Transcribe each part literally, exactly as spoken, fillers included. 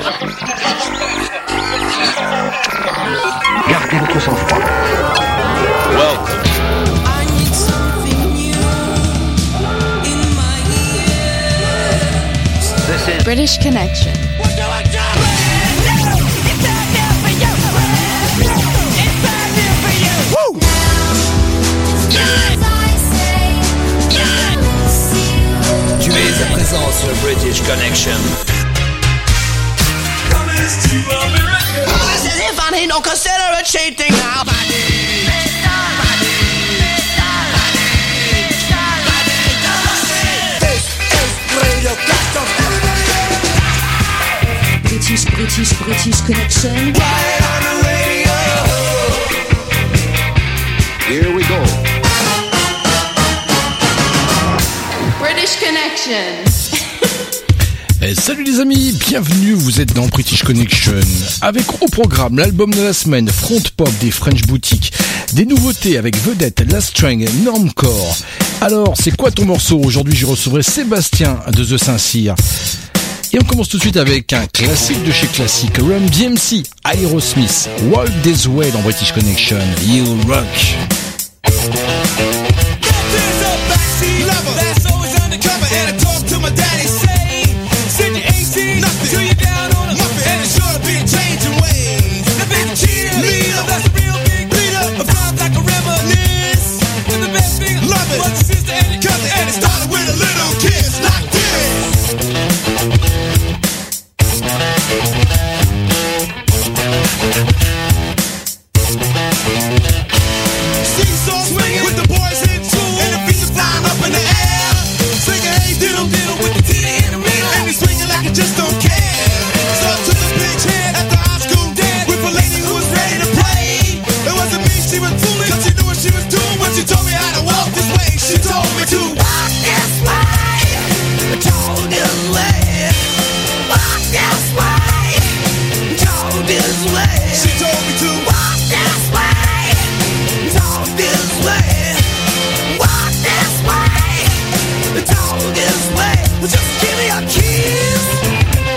Gardez votre sang-froid. Welcome. This is British Connection. Tu es à présent sur British Connection. This is if I don't consider it cheating now. British, British, British Connection. Right on the radio. Here we go. British Connection. Eh, salut les amis, bienvenue, vous êtes dans British Connection. Avec au programme l'album de la semaine, Front Pop des French Boutique. Des nouveautés avec vedette, Last Strang, Normcore. Alors, c'est quoi ton morceau? Aujourd'hui, je recevrai Sébastien de The Saint-Cyr. Et on commence tout de suite avec un classique de chez classique, Run D M C, Aerosmith, Walk This Way dans British Connection, You Rock. Just give me a kiss.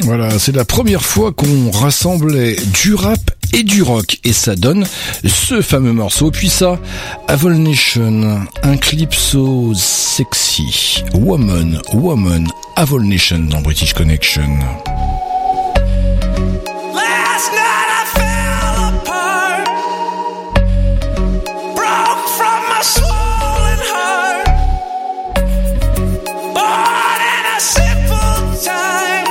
Voilà, c'est la première fois qu'on rassemblait du rap et du rock, et ça donne ce fameux morceau. Puis ça, Avol Nation, un clip so sexy. Woman, Woman, Avol Nation dans British Connection. Last night I fell apart, broke from my swollen heart, born in a simple time,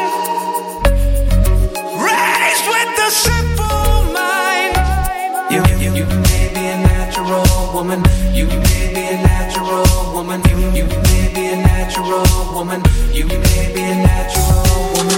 raised with the simple mind. You, you, you may be a natural woman, you may be a natural woman, you, you may be a natural woman, you may be a natural woman.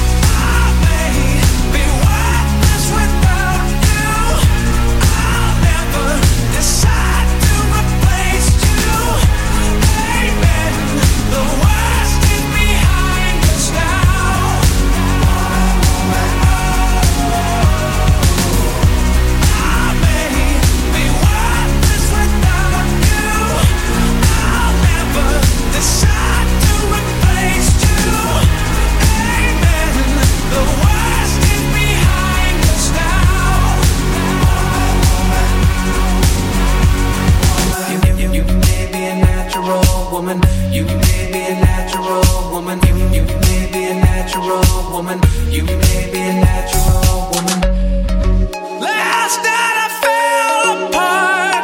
You may be a natural woman. You, you may be a natural woman. You may be a natural woman. Last night I fell apart,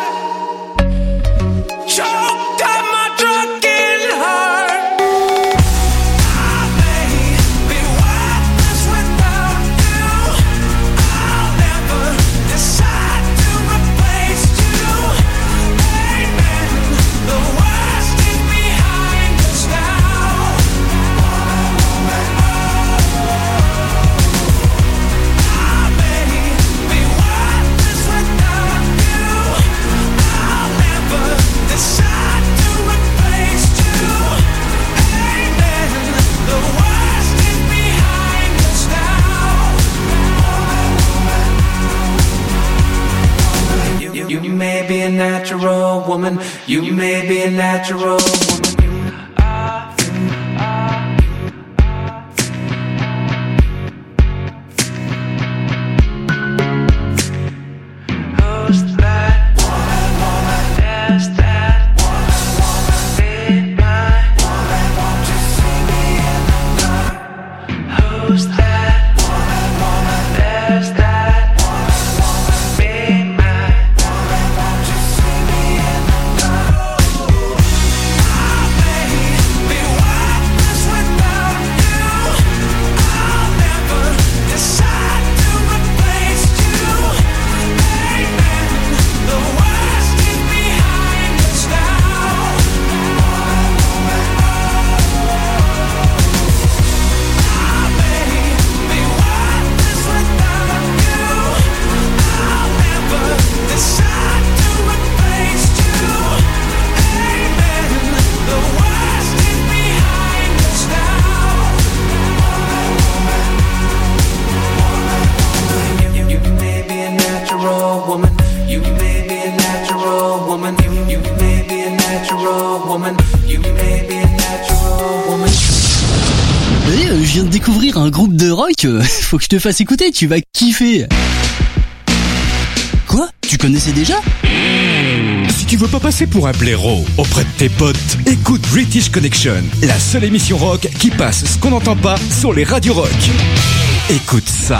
choked on my drunken heart. I may be worthless without you. I'll never decide to replace you. Amen. The worst is behind us now. I may be worthless without you. I'll never decide to replace you. Amen. The worst is behind us now. You, you, you may be a natural woman. You may be a natural woman. Who's that woman, woman? Is that woman, woman? Be my woman, won't you see me in the dark? Who's that woman, woman? Is that woman, woman? Be my woman, won't you see me in the dark? I may be worthless without you. I'll never decide to replace you. Amen. The worst is behind us now. I may be worthless without you. I'll never decide to replace you. Amen. The worst is behind us now. You, you may be a natural woman. You may be a natural woman. You, you may be a natural woman. You may be a natural woman. Eh, euh, je viens de découvrir un groupe de rock, euh, faut que je te fasse écouter, tu vas kiffer. Quoi? Tu connaissais déjà? Si tu veux pas passer pour un blaireau auprès de tes potes, écoute British Connection, la seule émission rock qui passe ce qu'on n'entend pas sur les radios rock. Écoute ça.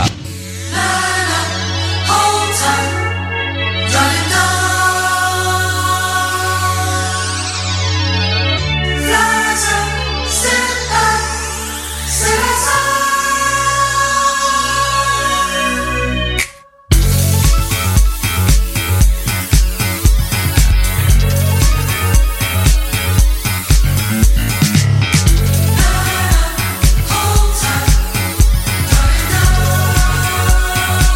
Hold tight,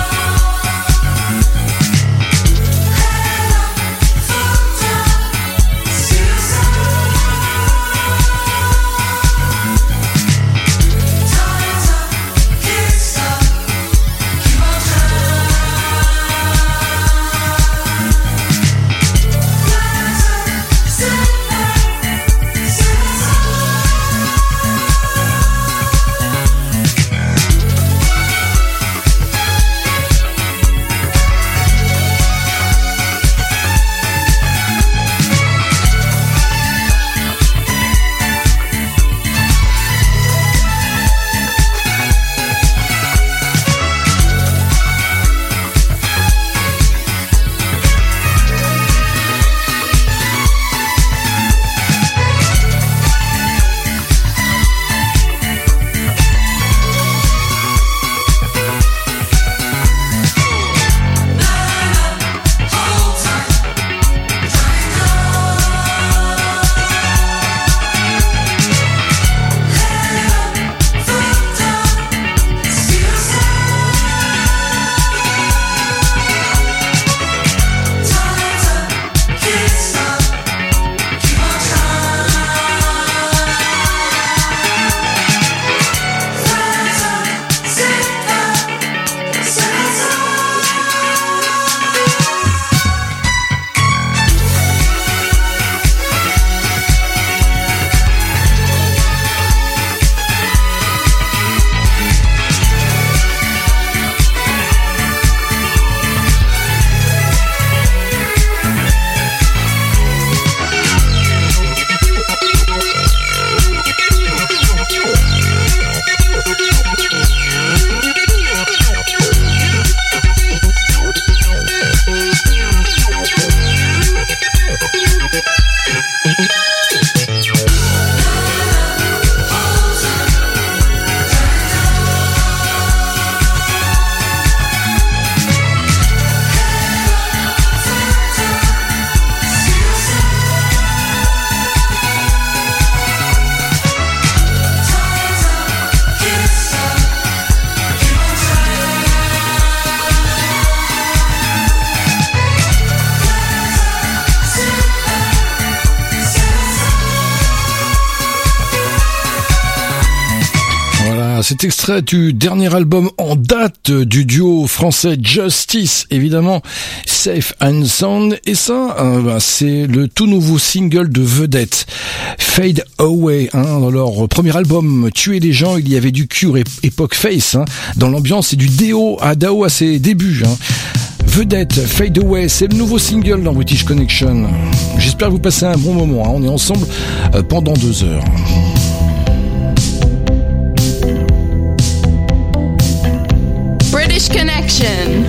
Voilà, cet extrait du dernier album en date du duo français Justice, évidemment, Safe and Sound. Et ça, euh, bah, c'est le tout nouveau single de Vedette, Fade Away. Hein, dans leur premier album, Tuer les gens, il y avait du Cure et époque Face. Hein, dans l'ambiance et du Dao à Dao à ses débuts. Hein. Vedette, Fade Away, c'est le nouveau single dans British Connection. J'espère que vous passez un bon moment. Hein. On est ensemble euh, pendant deux heures. British Connection.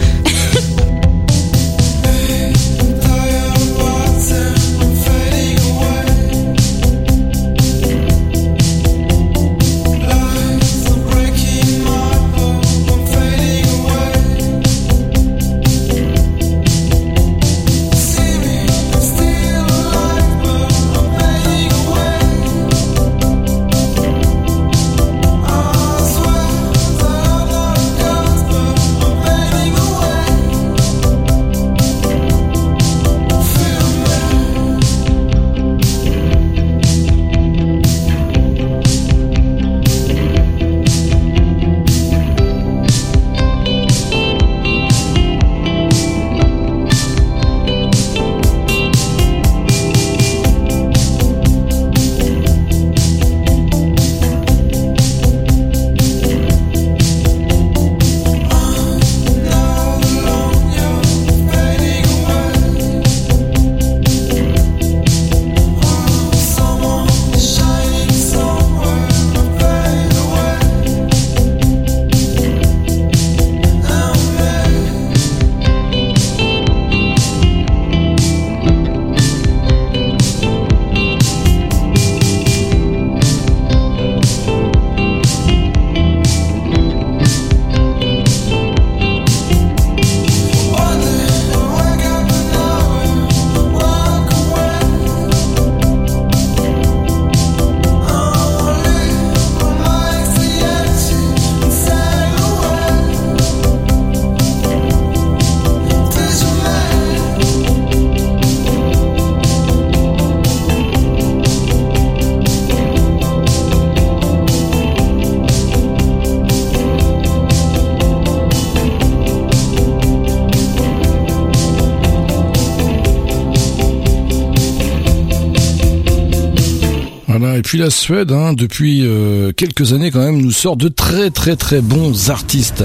Et puis la Suède, hein, depuis euh, quelques années quand même, nous sort de très très très bons artistes.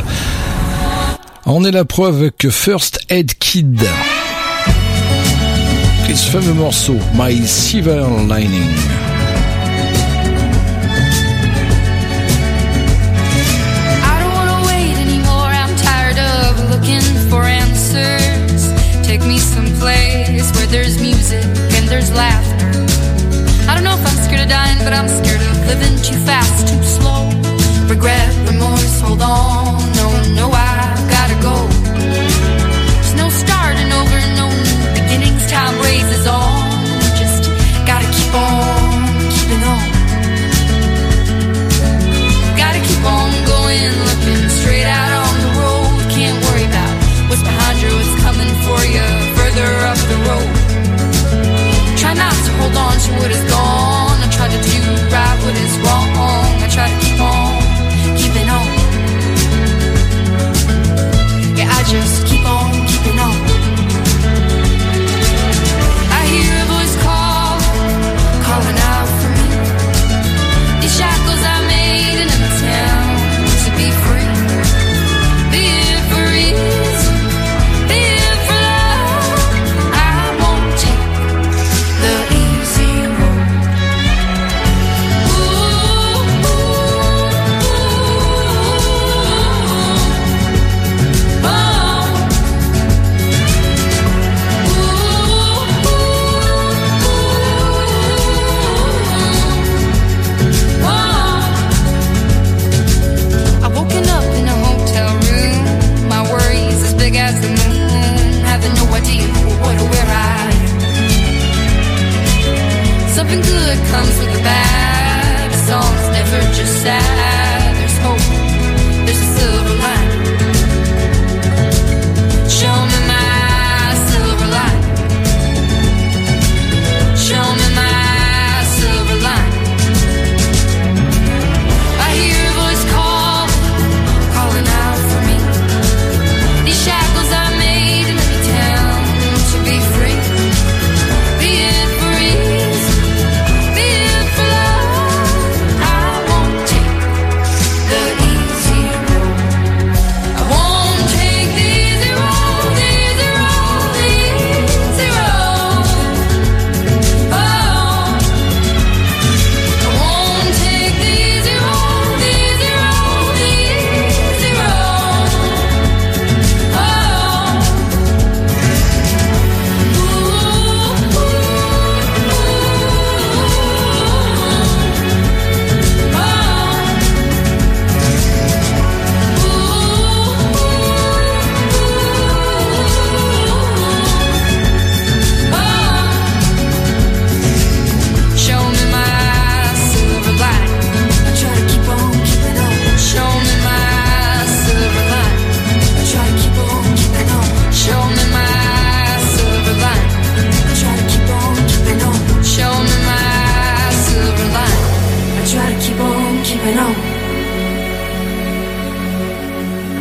On est la preuve avec First Aid Kid et ce fameux morceau My Silver Lining. I don't wanna wait anymore, I'm tired of looking for answers. Take me someplace where there's music and there's laughter. I don't know if I'm scared of dying, but I'm scared of living too fast, too slow. Regret, remorse, hold on, no, no, I've gotta go. There's no starting over, no new beginnings, time raises on. Just gotta keep on, keeping on. Gotta keep on going, looking straight out on the road. Can't worry about what's behind you, what's coming for you further up the road. Try not to hold on to what is gone. I try to do right what is wrong. I try to keep on, keeping on.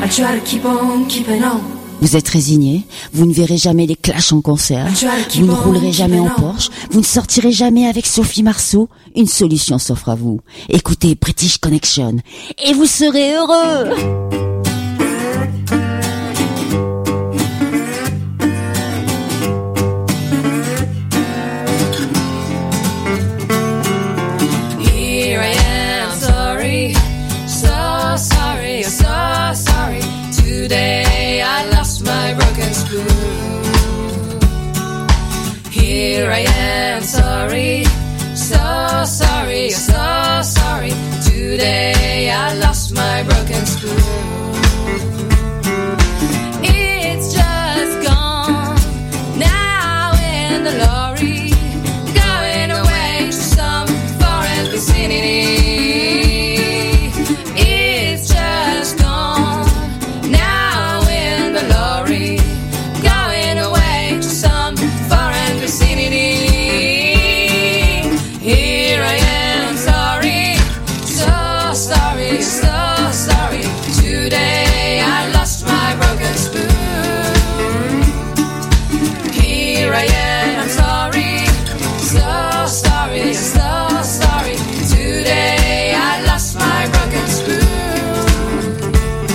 I try to keep on keeping on. Vous êtes résigné, vous ne verrez jamais les Clash en concert, vous ne roulerez jamais en Porsche, vous ne sortirez jamais avec Sophie Marceau. Une solution s'offre à vous. Écoutez British Connection et vous serez heureux. Here I am, sorry, so sorry, so sorry. Today I lost my broken spoon. Here I am, sorry, so sorry, so sorry. Today I lost my broken spoon. It's just gone now in the lorry, going away to some foreign vicinity. It's just gone now in the lorry, going away to some foreign vicinity. Here I am, sorry, so sorry, so sorry. Today I lost my broken spoon. Here I am, sorry, so sorry, so sorry. Today I lost my broken spoon.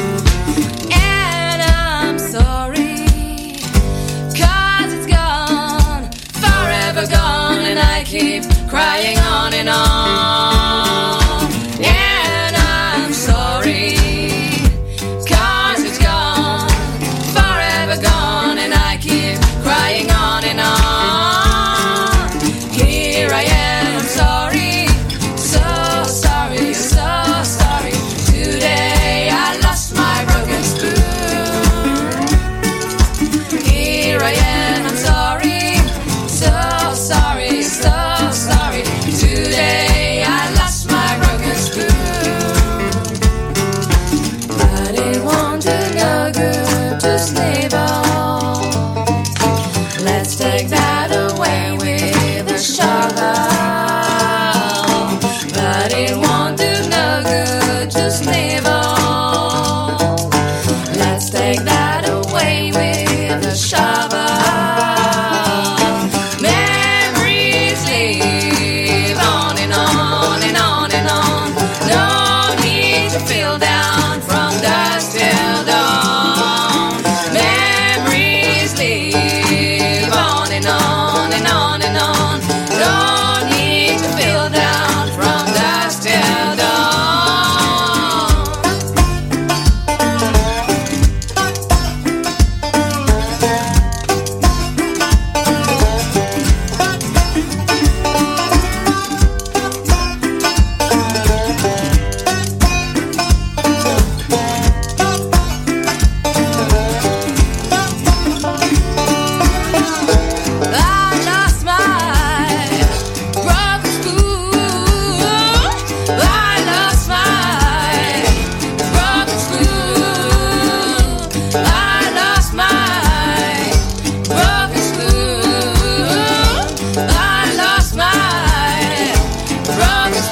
And I'm sorry, 'cause it's gone, forever gone, and I keep crying on and on. And I'm sorry, 'cause it's gone, forever gone, and I keep crying on and on. Here I am, sorry, so sorry, so sorry. Today I lost my broken spoon. Here I am, I'm sorry, so sorry, so sorry. Today I lost my broken spoon. But it won't do no good to sleep on. Let's take that away with a shovel. But it won't do no good to sleep on. Let's take that away with a shovel. Memories live on and on and on and on. No need to feel down from dusk till dawn. Memories live on and on and on and on. No need to feel down from dusk till dawn. I lost my broken spoon. I lost my broken spoon. I lost my broken spoon. I lost my broken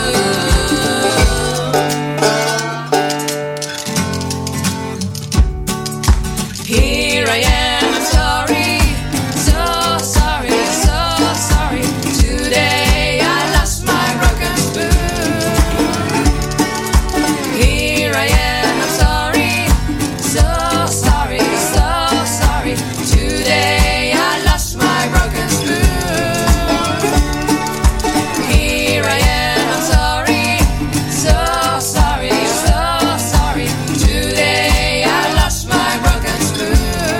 spoon. Here I am, I'm sorry, so sorry, so sorry. Today I lost my broken spoon. Here I am, I'm sorry, so sorry, so sorry. Today I lost my broken spoon. Here I am, I'm sorry, so sorry, so sorry. Today I lost my broken spoon.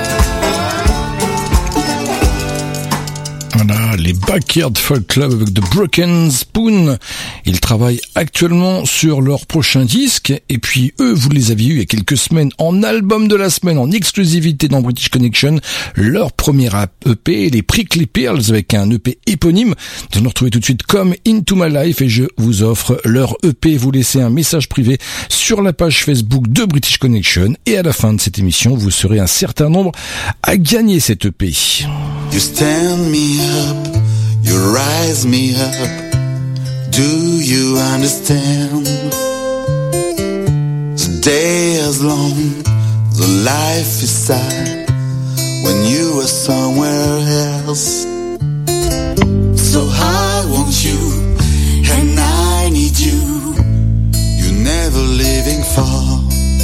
Voilà, les Backyard Folk Club avec The Broken Spoon. Ils travaillent actuellement sur leur prochain disque. Et puis eux, vous les aviez eu il y a quelques semaines en album de la semaine, en exclusivité dans British Connection. Leur premier E P, les Prickly Pearls, avec un E P éponyme. Vous allez retrouver tout de suite comme Into My Life. Et je vous offre leur E P. Vous laissez un message privé sur la page Facebook de British Connection. Et à la fin de cette émission, vous serez un certain nombre à gagner cet E P. You stand me up, you rise me up. Do you understand? So day is long the life is sad when you are somewhere else. So I want you and I need you. You're never leaving far.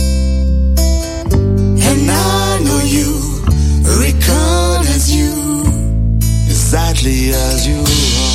And I know you, recognize you exactly as you are.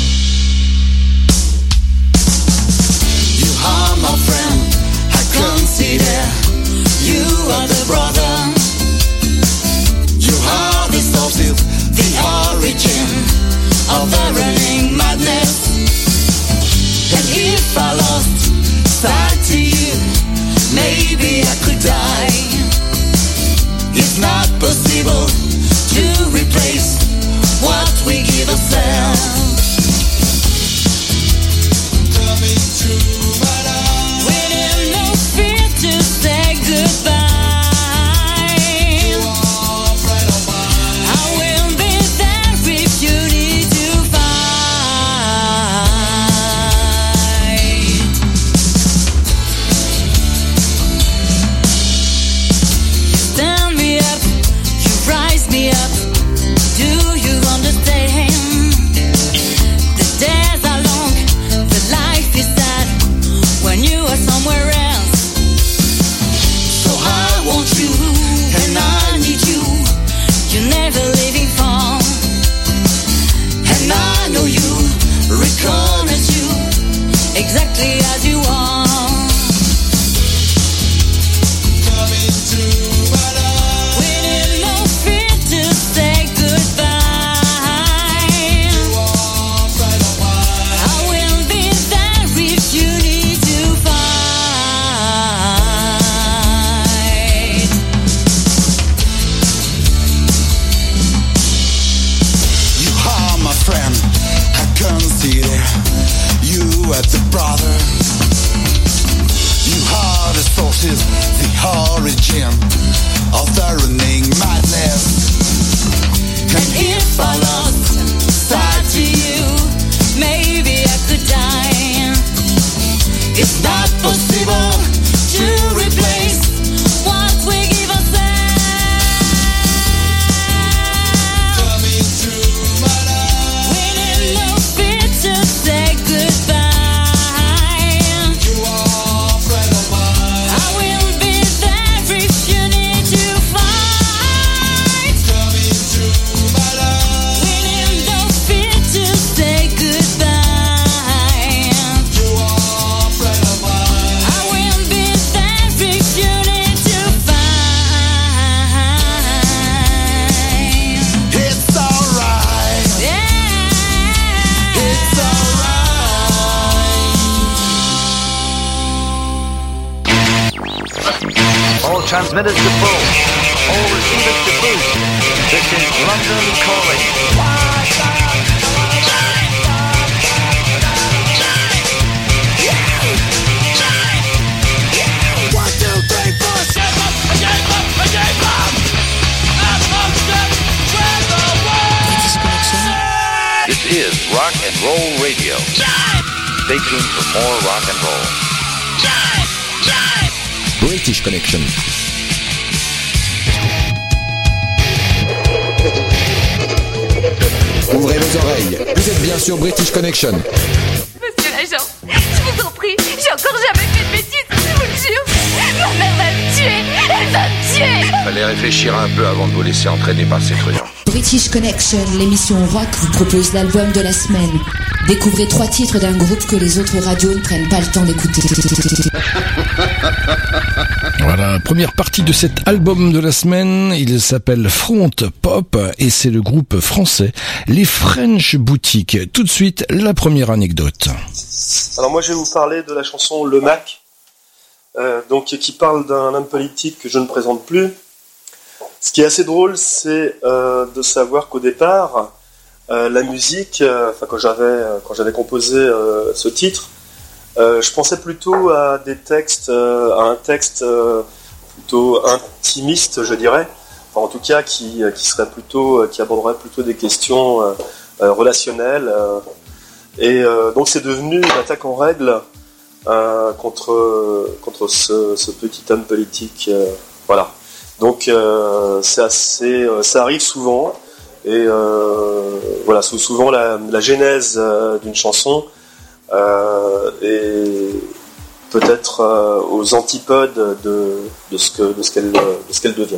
You are my friend, I consider you are the brother. You are the sources, the origin of the running madness. And if I lost sight to you, maybe I could die. It's not possible to replace what we give ourselves. Coming to my life. We need no fear to say goodbye. Exactly as you are. Coming to my life. We need no fear to say goodbye. You are friend of mine. I will be there if you need to fight. You are my friend, I consider you as a brother. You are the sources, the origin of the running madness. And if I lost sight to you, maybe I could die. It's not possible to replace what we give ourselves. Coming to my life. We need no fear to say goodbye. Transmitters to full. All receivers to boost. This is London calling. One, two, three, four, seven up, a game up, a game up. And one step, spread the word. This is Rock and Roll Radio. Stay tuned for more rock and roll. British Connection. Ouvrez vos oreilles, vous êtes bien sur British Connection. Monsieur l'agent, je vous en prie, j'ai encore jamais fait de bêtises, je vous le jure. Ma mère va me tuer, elle va me tuer. Fallait réfléchir un peu avant de vous laisser entraîner par ces truands. British Connection, l'émission rock, vous propose l'album de la semaine. Découvrez trois titres d'un groupe que les autres radios ne prennent pas le temps d'écouter. Voilà, première partie de cet album de la semaine, il s'appelle Front Pop et c'est le groupe français Les French Boutique. Tout de suite, la première anecdote. Alors moi je vais vous parler de la chanson Le Mac, euh, donc qui parle d'un homme politique que je ne présente plus. Ce qui est assez drôle, c'est euh, de savoir qu'au départ, euh, la musique, euh, enfin quand j'avais euh, quand j'avais composé euh, ce titre, euh, je pensais plutôt à des textes, euh, à un texte euh, plutôt intimiste, je dirais. Enfin, en tout cas, qui qui serait plutôt, qui aborderait plutôt des questions euh, euh, relationnelles. Euh, et euh, donc c'est devenu une attaque en règle euh, contre contre ce, ce petit homme politique. Euh, voilà. Donc euh, c'est assez, euh, ça arrive souvent. Et euh, voilà, souvent la, la genèse euh, d'une chanson euh, est peut-être euh, aux antipodes de, de ce que, de ce qu'elle, de ce qu'elle devient.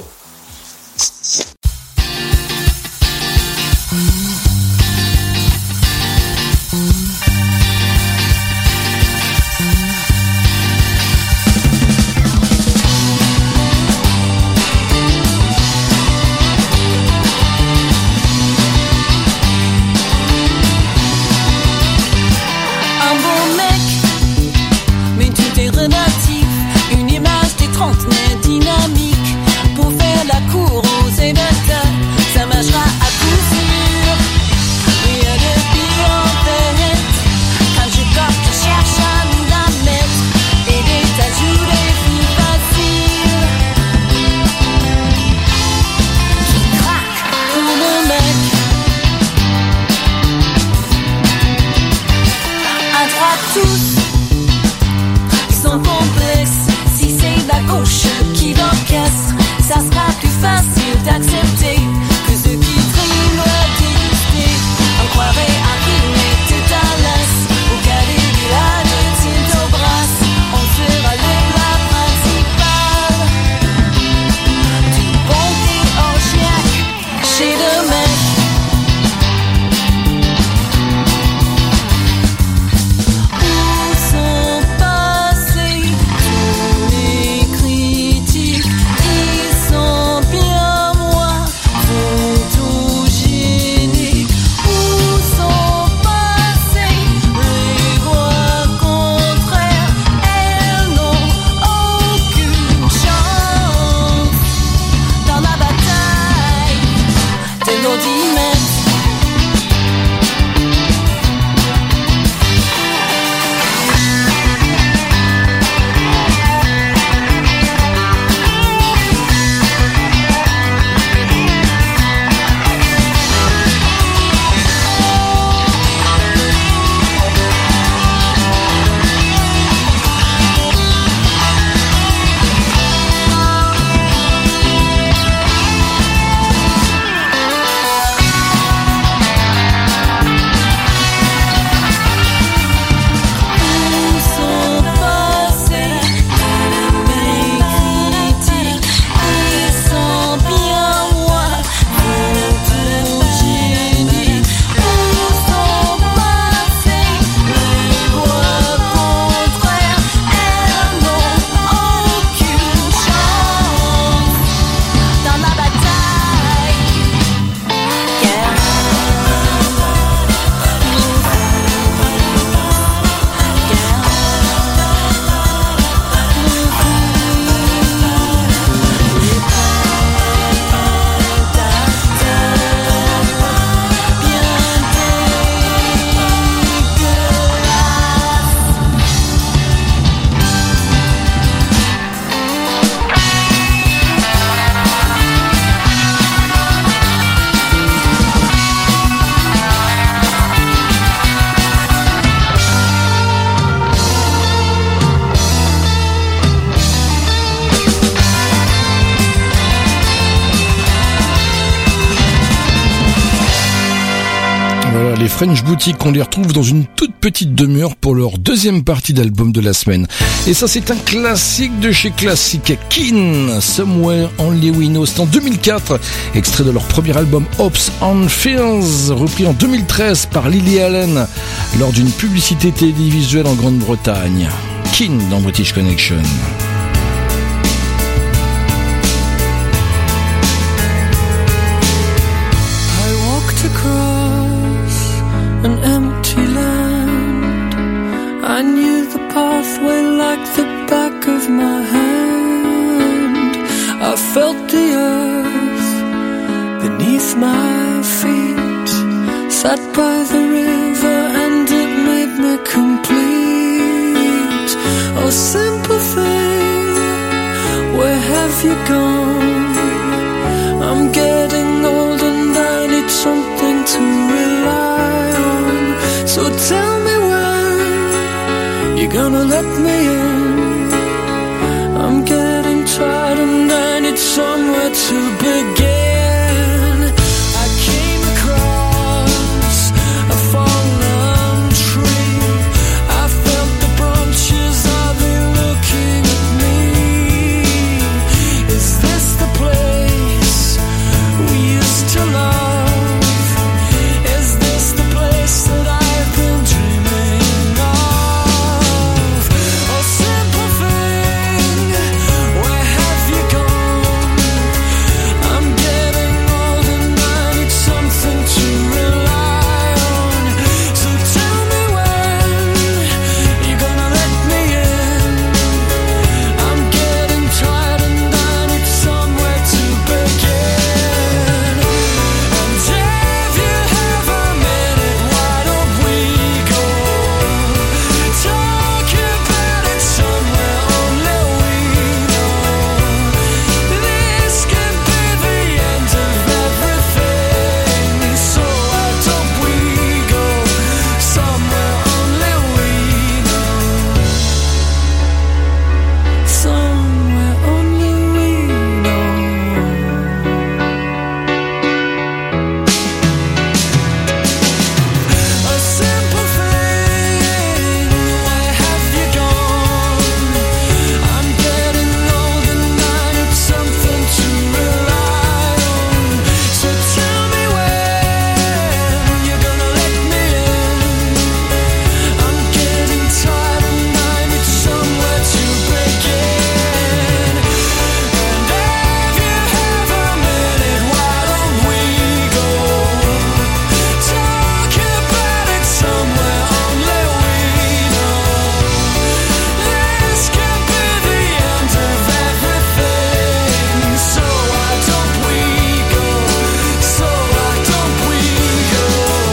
Les French Boutique, on les retrouve dans une toute petite demi-heure pour leur deuxième partie d'album de la semaine. Et ça, c'est un classique de chez Classic, Keen, Somewhere Only We Know. C'est en deux mille quatre, extrait de leur premier album Hopes and Fears, repris en deux mille treize par Lily Allen lors d'une publicité télévisuelle en Grande-Bretagne. Keen dans British Connection. An empty land. I knew the pathway like the back of my hand. I felt the earth beneath my feet. Sat by the river and it made me complete. Oh, simple thing, where have you gone? I'm getting old and I need something to rely on. So tell me when you're gonna let me in. I'm getting tired and I need someone somewhere to begin. I came across a fallen tree. I felt the branches of it looking at me. Is this the place we used to love? Is this the place that I've been dreaming of? Oh, simple thing, where have you gone? I'm getting old and I need something to rely on. So tell me when you're gonna let me in. I'm getting tired and I need somewhere to begin. And if you have a minute, why don't we go talk about it somewhere only we know? This could be the end of everything. So why don't we go somewhere only we know? Somewhere only we know. A simple thing, where have you gone? I'm getting old and I need something to rely on. So tell me when you're gonna let me in. I'm getting tired and I need somewhere to begin. And if you have a minute, why don't we go talk about it somewhere only we know? This could be the end of everything. So why don't we go? So why don't we go?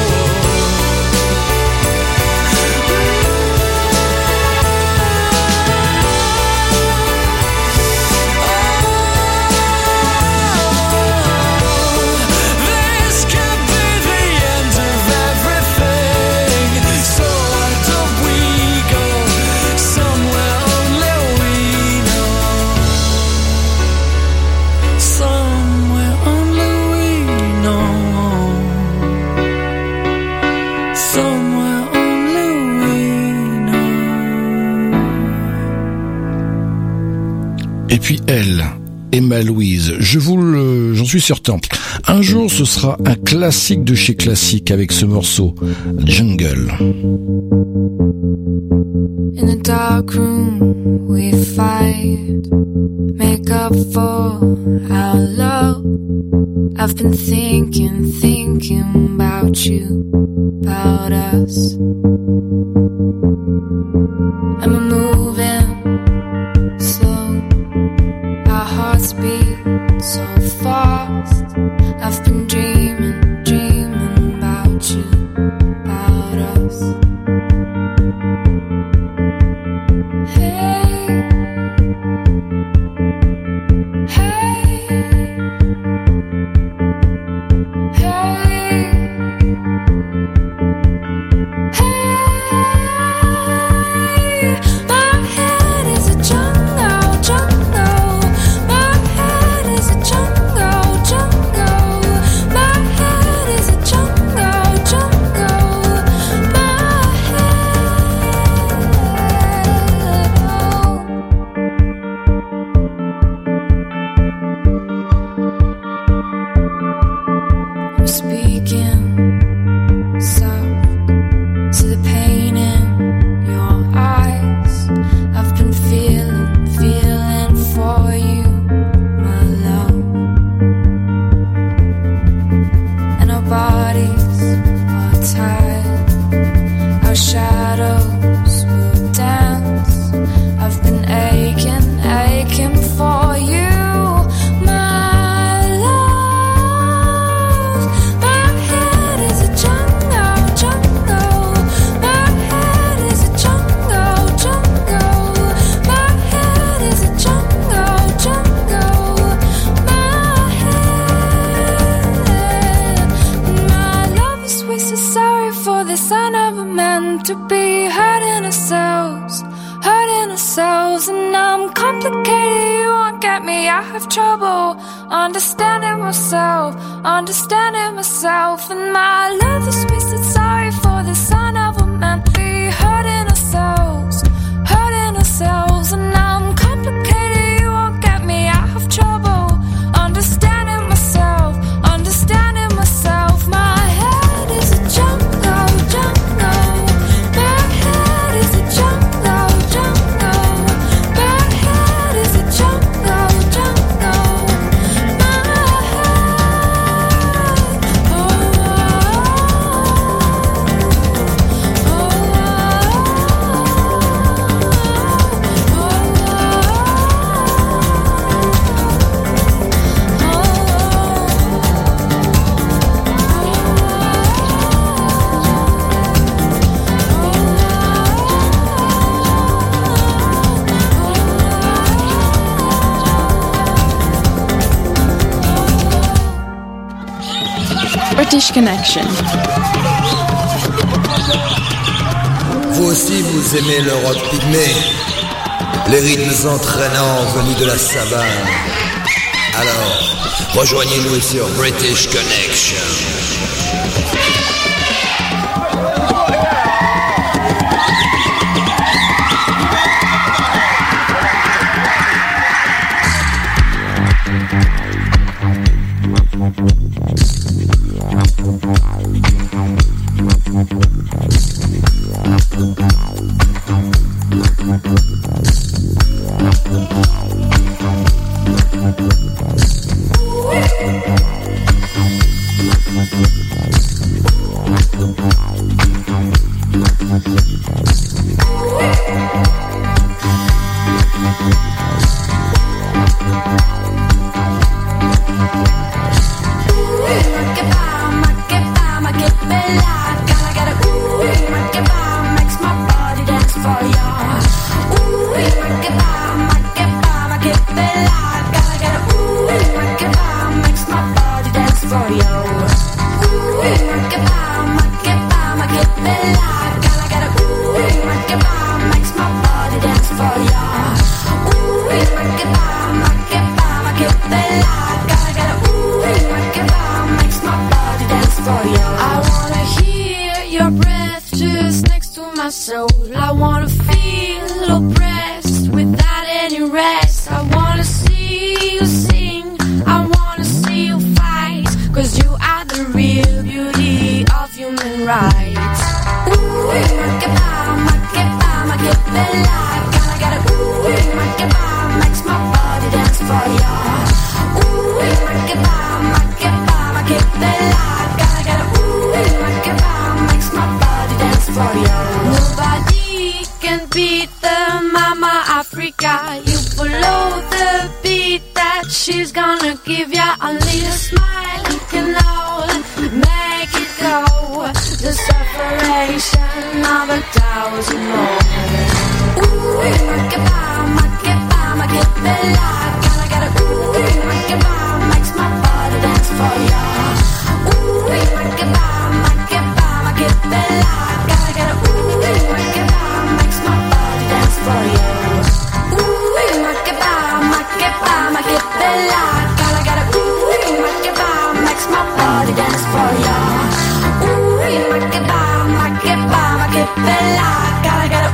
This could be the end of everything. So why don't we go somewhere only we know? Somewhere only we know. Somewhere only we know. Et puis elle, Emma Louise, je vous le, j'en suis certain. Un jour, ce sera un classique de chez classique avec ce morceau, Jungle. In the dark room we fight, make up for our love. I've been thinking, thinking about you, about us. And we're moving slow, our hearts beat so fast. I've been dreaming, dreaming about you, about us. Hey, hey, hey, hey. My head is a jungle, jungle. My head is a jungle, jungle. My head is a jungle, jungle. My head, oh. get me. I have trouble understanding myself, understanding myself. And my love is twisted, sorry for the son of a man. We hurting ourselves, hurting ourselves. And I'm complicated, you won't get me. I have trouble understanding myself, understanding myself. My head is a jungle, jungle. My head is a jungle, jungle. My head is a jungle, jungle. My head, oh, British Connection. Vous aussi, vous aimez le rock pygmée, les rythmes entraînants venus de la savane. Alors, rejoignez-nous sur British Connection. Bella, gotta get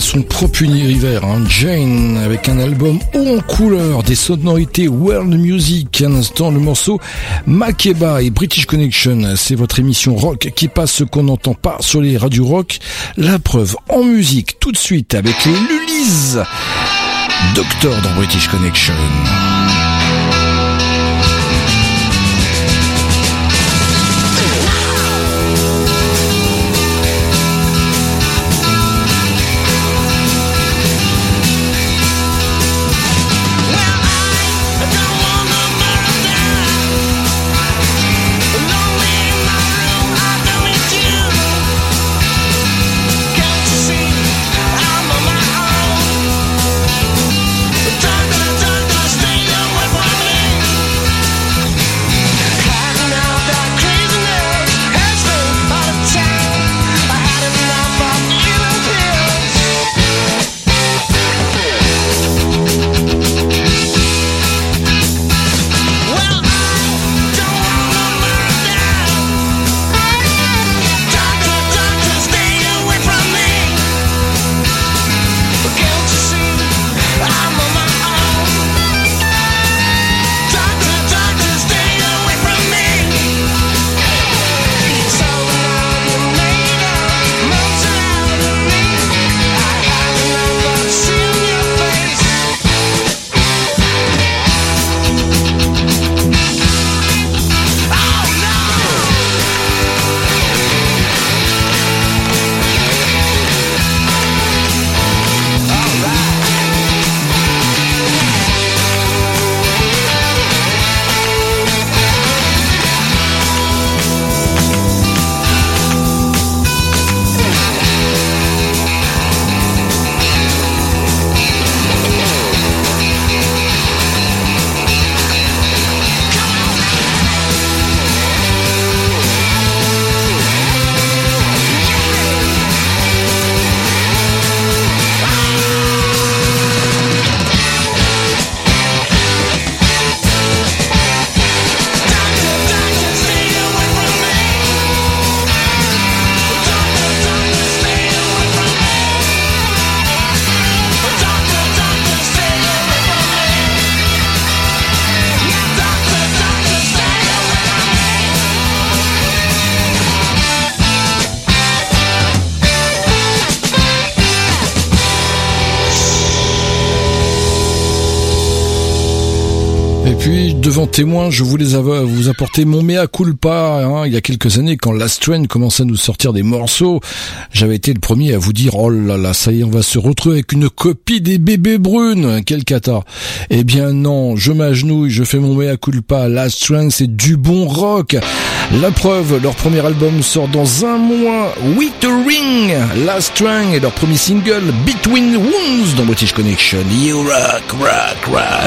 son propre univers, hein. Jane, avec un album haut en couleur, des sonorités world music. Un instant, le morceau Makeba et British Connection. C'est votre émission rock qui passe ce qu'on n'entend pas sur les radios rock. La preuve en musique, tout de suite, avec Luliz, Docteur dans British Connection. Puis, devant témoin, je voulais avoir, vous apporter mon mea culpa. Hein, il y a quelques années, quand Last Train commençait à nous sortir des morceaux, j'avais été le premier à vous dire « Oh là là, ça y est, on va se retrouver avec une copie des Bébés Brunes. Quel cata !» Eh bien non, je m'agenouille, je fais mon mea culpa. Last Train, c'est du bon rock. La preuve, leur premier album sort dans un mois. Withering, Last Train et leur premier single Between Wounds dans British Connection. You rock, rock, rock.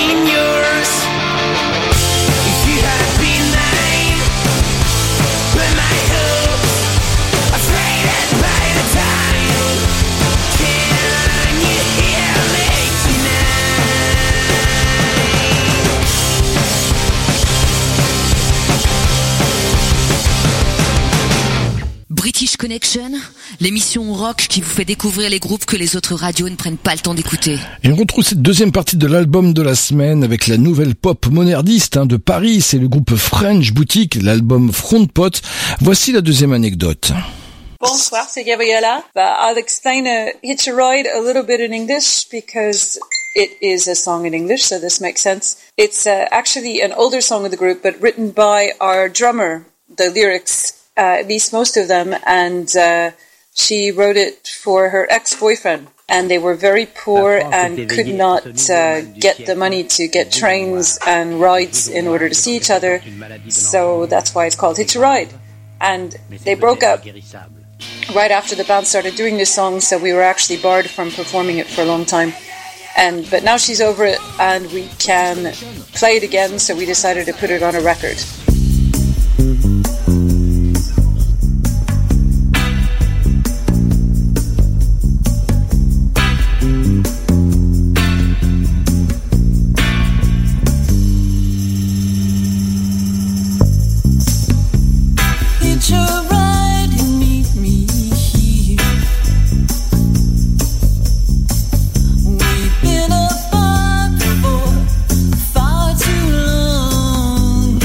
been yours if you had been mine. But my hopes are faded by the time. Can you hear me British Connection, l'émission rock qui vous fait découvrir les groupes que les autres radios ne prennent pas le temps d'écouter. Et on retrouve cette deuxième partie de l'album de la semaine avec la nouvelle pop moderniste hein, de Paris. C'est le groupe French Boutique, l'album Front Pot. Voici la deuxième anecdote. Bonsoir, c'est Gabriella. Uh, I'll explain uh, Hitch a Ride a little bit in English because it is a song in English, so this makes sense. It's uh, actually an older song of the group, but written by our drummer, the lyrics, uh, at least most of them, and uh, she wrote it for her ex-boyfriend. And they were very poor and could not uh, get the money to get trains and rides in order to see each other, so that's why it's called Hitch a Ride. And they broke up right after the band started doing this song, so we were actually barred from performing it for a long time. And but now she's over it and we can play it again, so we decided to put it on a record. Hitch a ride and meet me here. We've been apart for far too long.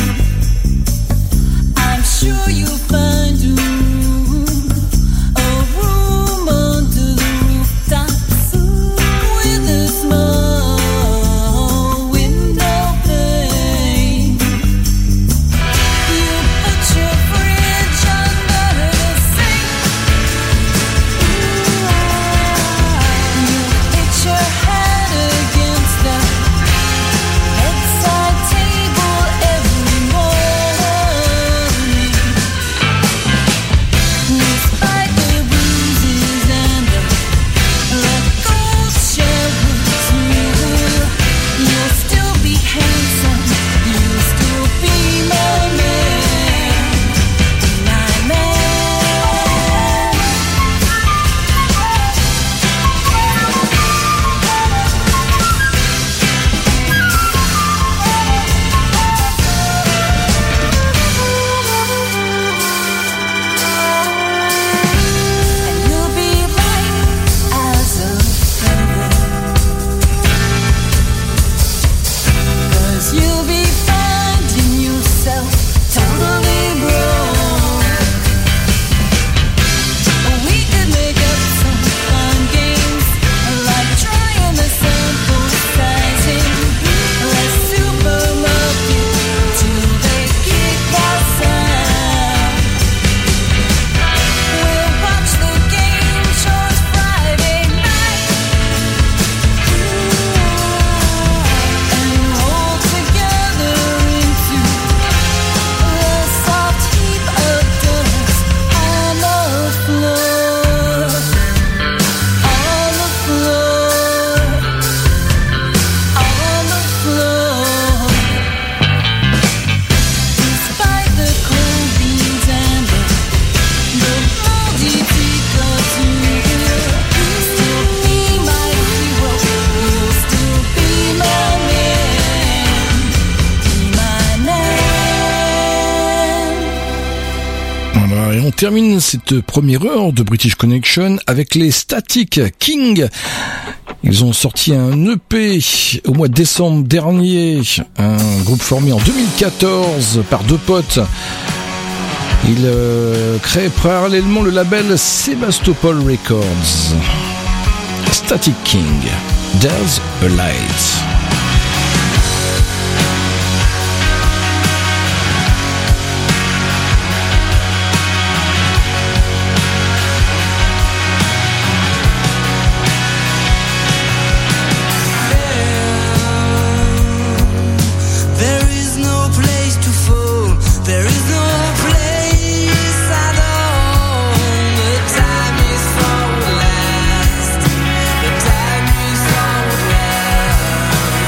I'm sure you'll find a room, a room under the rooftops with a small window pane. You put your fridge under the sink. You hit your head against the bedside table every morning. Despite the bruises and the the cold showers, you'll still be handsome. You'll still be my man, my man. And you'll be light as a feather, 'cause you'll be finding yourself totally broke. We could make up some fun games, like trying the sample sizing, like supermarket till they kick us out. We'll watch the game shows Friday night and roll together into the soft heap of dust on the floor, on the floor, on the floor. Despite the cold beans and the the moldy teacups, you'll still be my hero. You'll still be my man, be my man. Voilà, et on termine cette première heure de British Connection avec les Static King. Ils ont sorti un E P au mois de décembre dernier, un groupe formé en deux mille quatorze par deux potes. Ils euh, créent parallèlement le label Sebastopol Records. Static King, There's a Light. There is no place to fall. There is no place at all. The time is for last. The time is for last.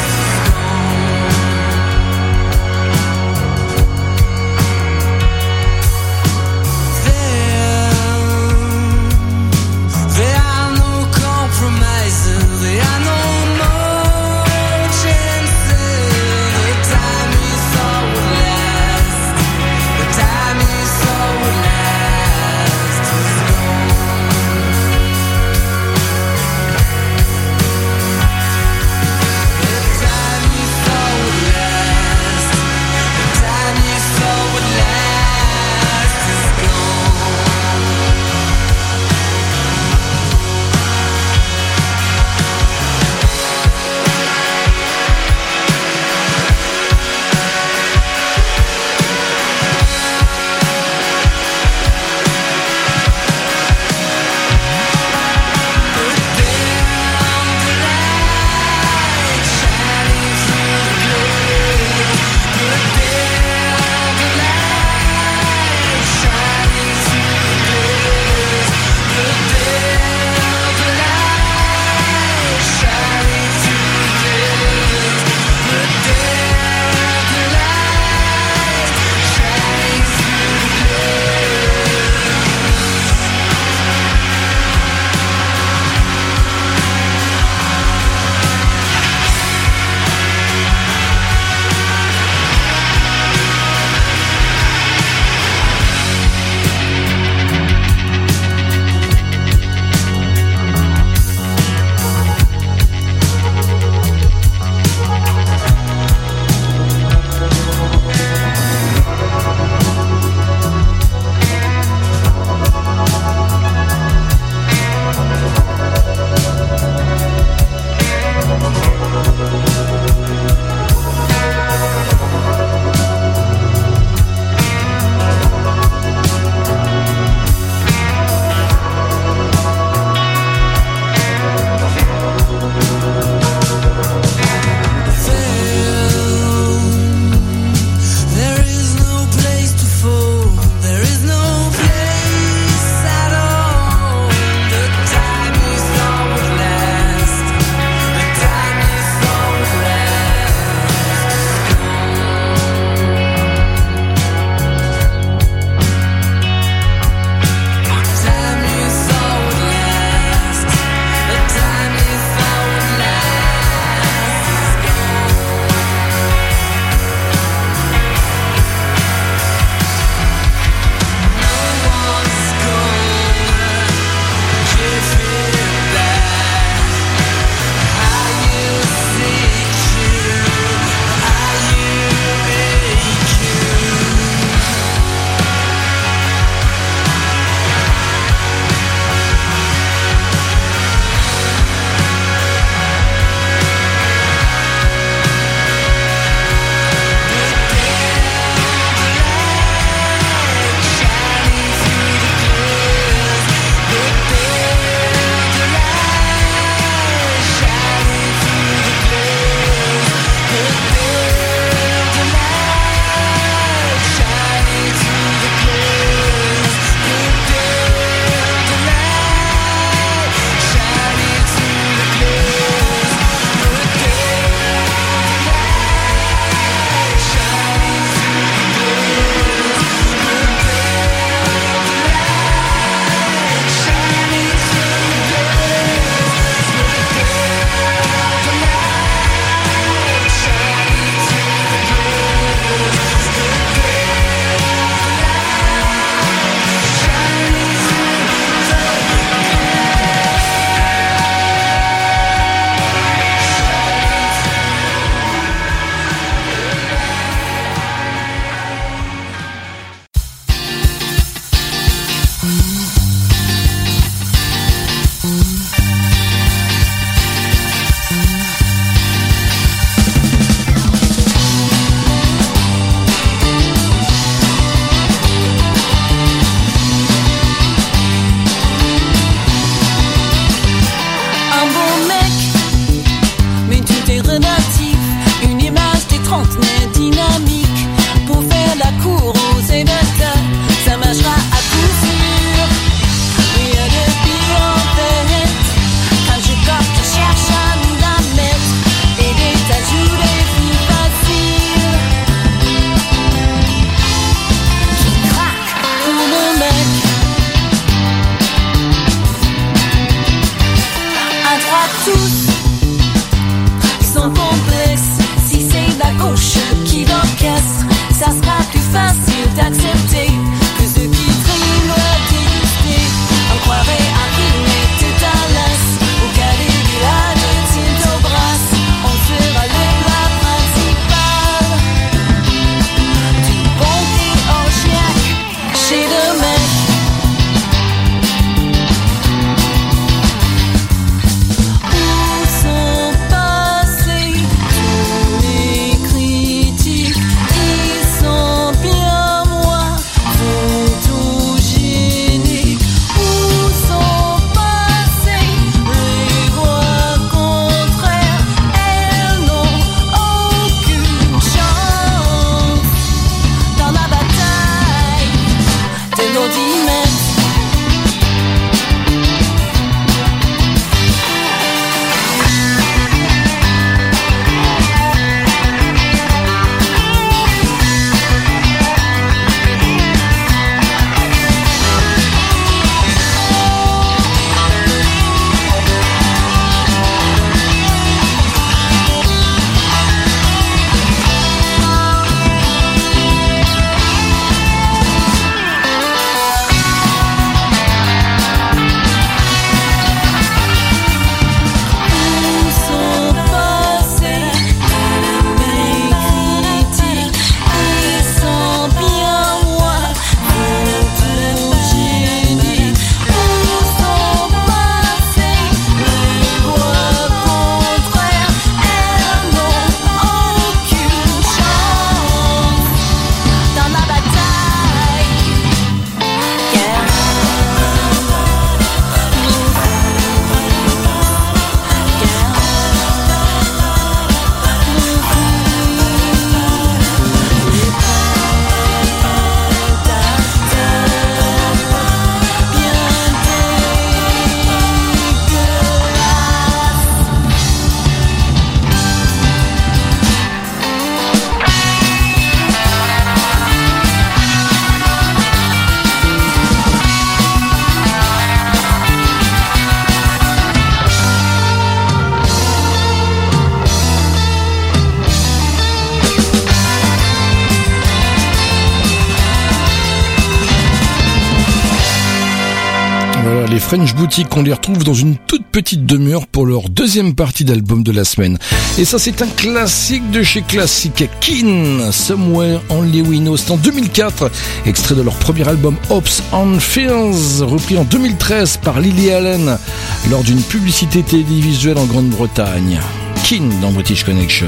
French Boutique. On les retrouve dans une toute petite demeure pour leur deuxième partie d'album de la semaine. Et ça, c'est un classique de chez Classic. Keen, Somewhere Only We Know. C'est en deux mille quatre, extrait de leur premier album Hopes and Fears, repris en deux mille treize par Lily Allen lors d'une publicité télévisuelle en Grande-Bretagne. Keen dans British Connection.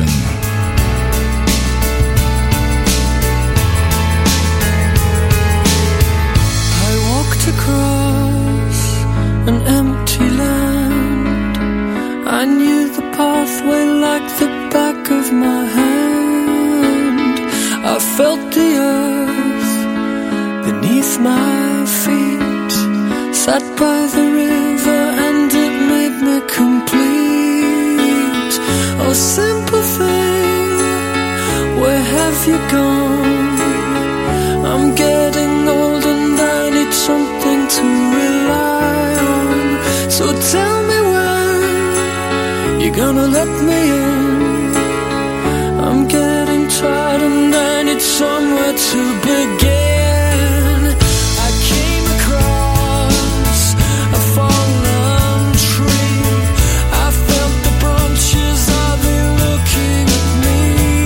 An empty land. I knew the pathway like the back of my hand. I felt the earth beneath my feet. Sat by the river and it made me complete. Oh, simple thing, where have you gone? I'm getting old and I need something to rely on. So tell me when you're gonna let me in. I'm getting tired and I need somewhere to begin. I came across a fallen tree. I felt the branches of it looking at me.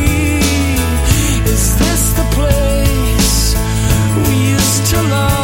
Is this the place we used to love?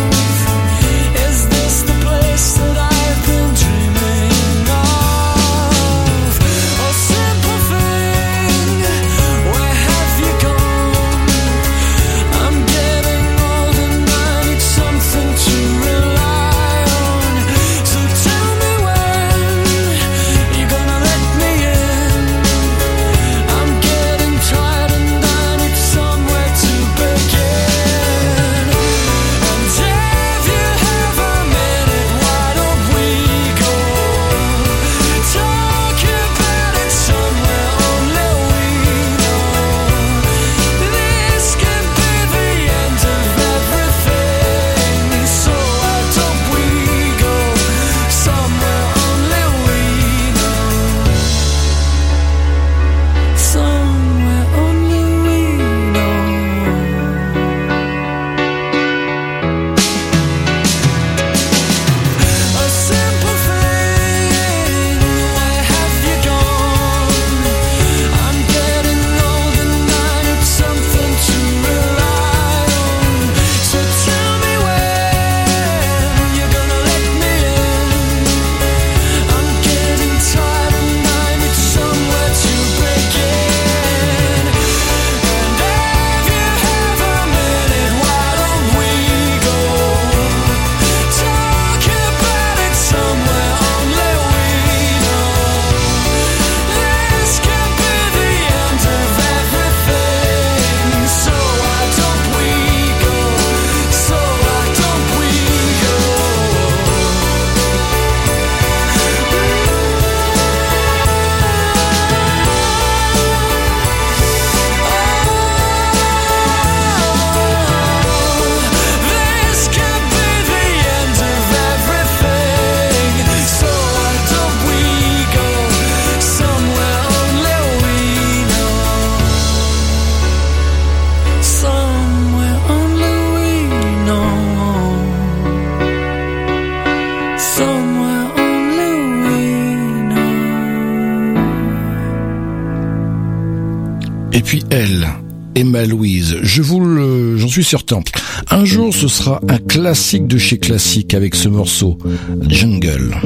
Elle, Emma Louise, je vous le, j'en suis certain. Un jour, ce sera un classique de chez Classic avec ce morceau, Jungle.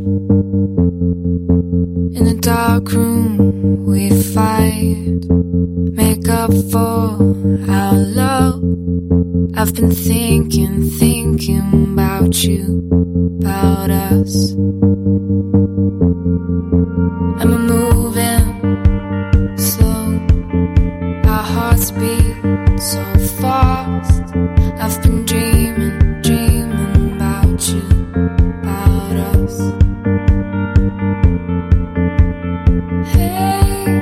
In a dark room we fight, make up for our love. I've been thinking, thinking about you, about us. And we're moving slow, our hearts beat so fast. I've been dreaming, dreaming about you, about us. Hey,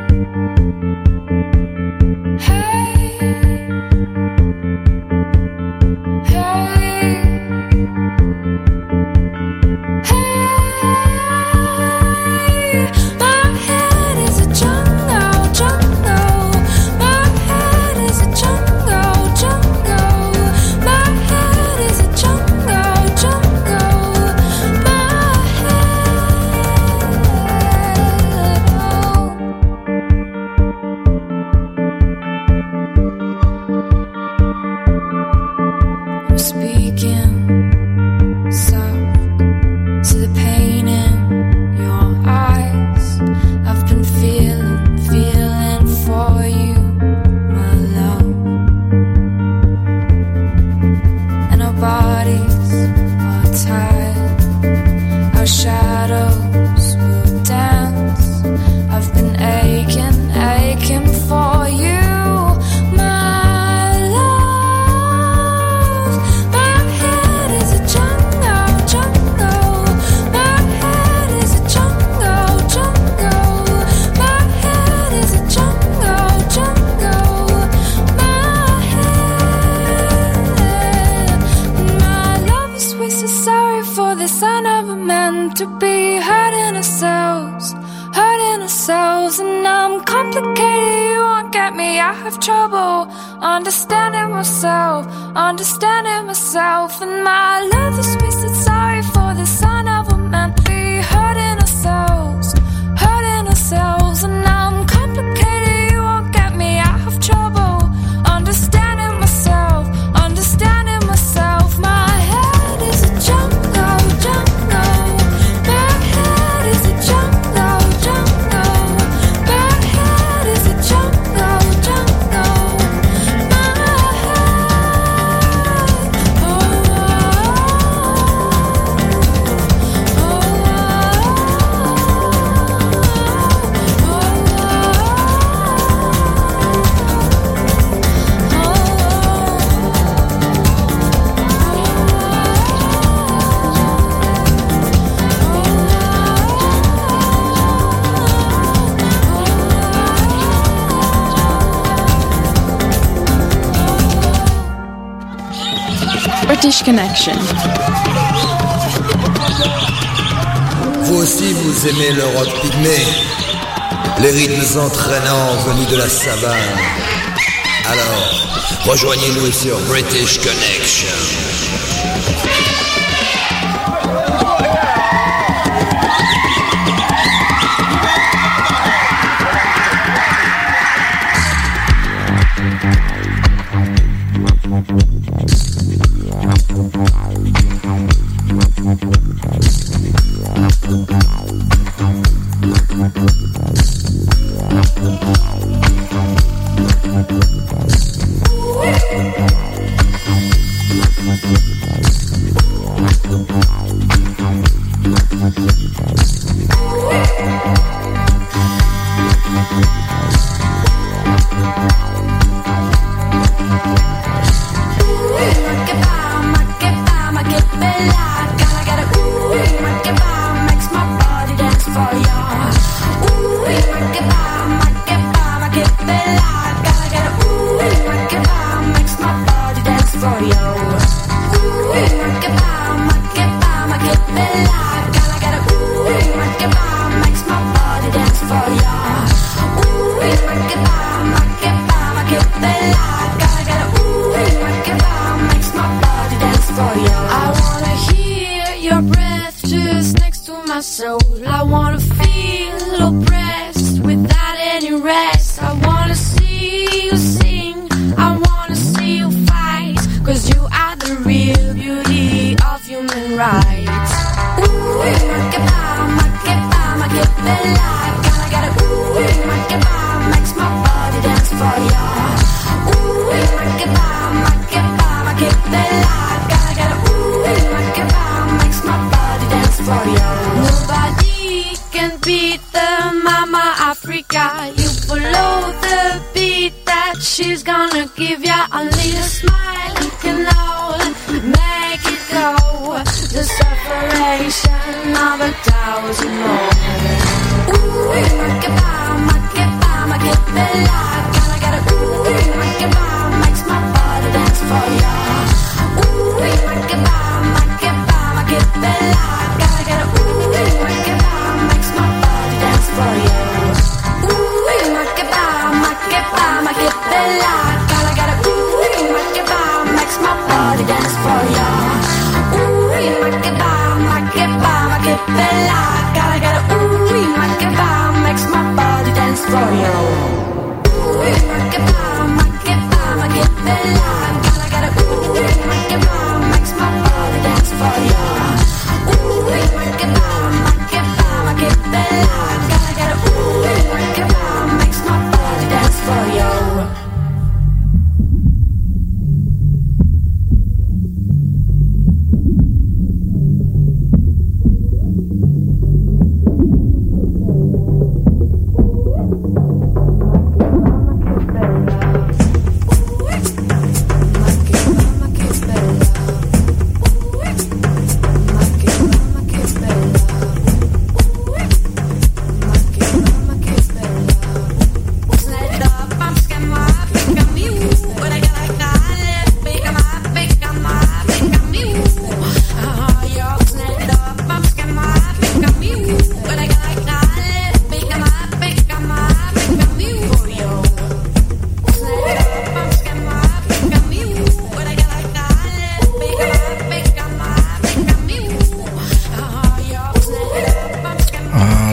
hey, hey, hey, my ourselves, hurting ourselves, and I'm complicated, you won't get me. I have trouble understanding myself, understanding myself, and my love is wasted. Sorry for the sign of a man. We hurting ourselves, hurting ourselves, and I'm complicated, you won't get me. I have trouble understanding myself, understanding myself. My head is a jungle, jungle. My head is a jungle, jungle. My head is a jungle, jungle. My head, oh, British Connection. Vous aussi vous aimez le rock pygmée, les rythmes entraînants venus de la savane. Alors, rejoignez-nous sur British Connection. The separation of a thousand more. Ooh.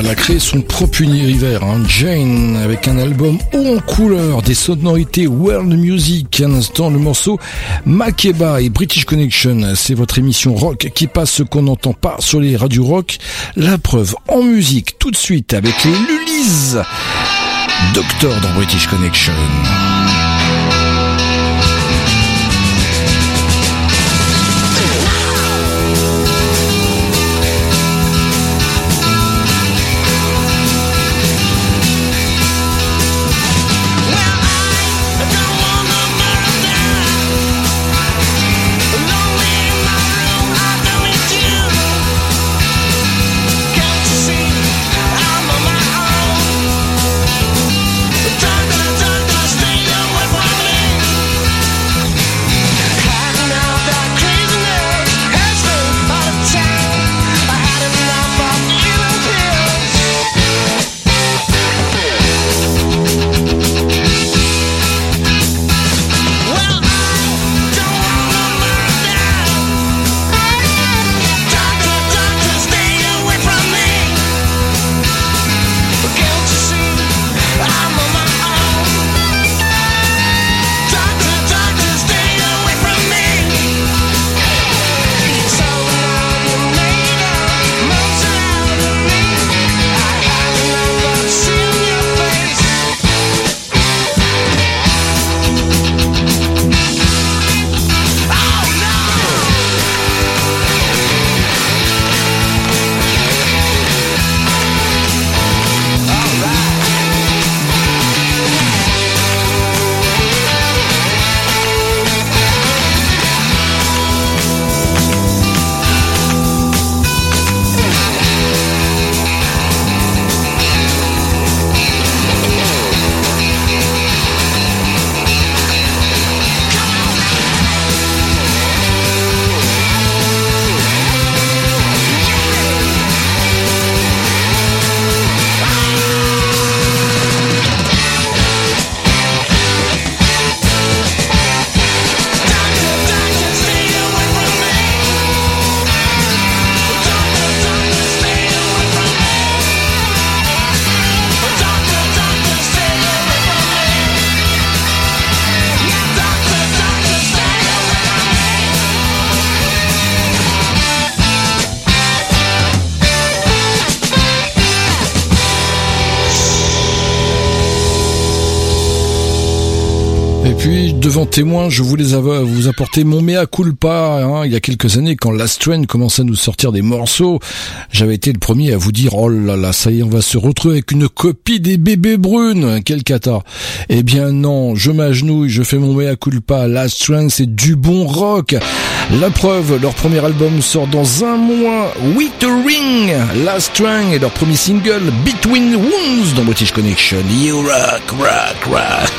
a créé son propre univers, hein, Jane, avec un album haut en couleur, des sonorités world music. Un instant, le morceau Makeba et British Connection. C'est votre émission rock qui passe ce qu'on n'entend pas sur les radios rock. La preuve en musique, tout de suite, avec les Lulis. Docteur dans British Connection. Puis, devant témoin, je voulais vous apporter mon mea culpa. Hein, il y a quelques années, quand Last Train commençait à nous sortir des morceaux, j'avais été le premier à vous dire « Oh là là, ça y est, on va se retrouver avec une copie des Bébés Brunes. Quel cata !» Eh bien non, je m'agenouille, je fais mon mea culpa. Last Train, c'est du bon rock. La preuve, leur premier album sort dans un mois. Withering, Last Train et leur premier single Between Wounds dans British Connection. You rock, rock, rock.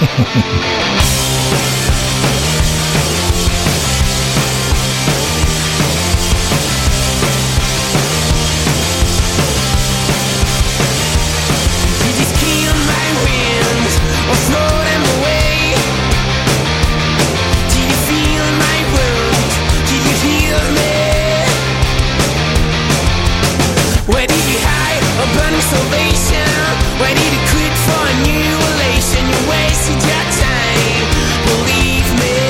Ready to quit for a new relation. You wasted your time, believe me.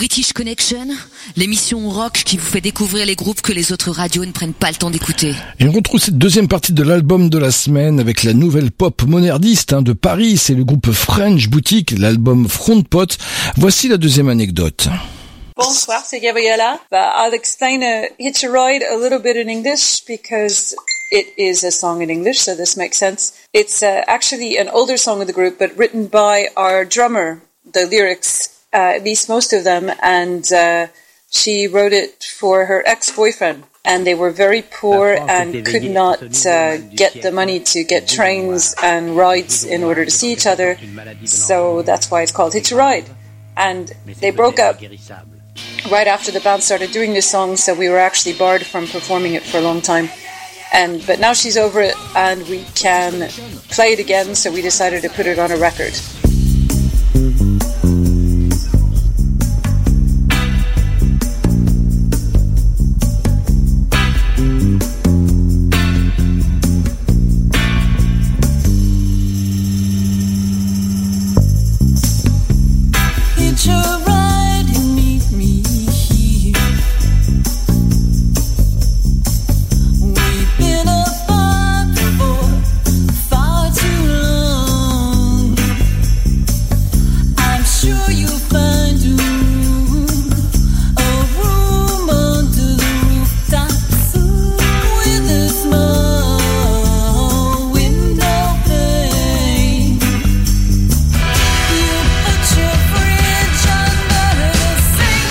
British Connection, l'émission rock qui vous fait découvrir les groupes que les autres radios ne prennent pas le temps d'écouter. Et on retrouve cette deuxième partie de l'album de la semaine avec la nouvelle pop moderniste hein, de Paris. C'est le groupe French Boutique, l'album Front Pot. Voici la deuxième anecdote. Bonsoir, c'est Gabriella. Uh, I'll explain uh, Hitch a Ride a little bit in English because it is a song in English, so this makes sense. It's uh, actually an older song of the group, but written by our drummer, the lyrics, uh, at least most of them, and uh, she wrote it for her ex-boyfriend. And they were very poor and could not uh, get the money to get trains and rides in order to see each other, so that's why it's called Hitch a Ride. And they broke up right after the band started doing this song, so we were actually barred from performing it for a long time. And but now she's over it, and we can play it again, so we decided to put it on a record. Hitch a ride and meet me here. We've been apart for far too long. I'm sure you'll find a room, a room under the rooftops with a small window pane. You put your fridge under the sink.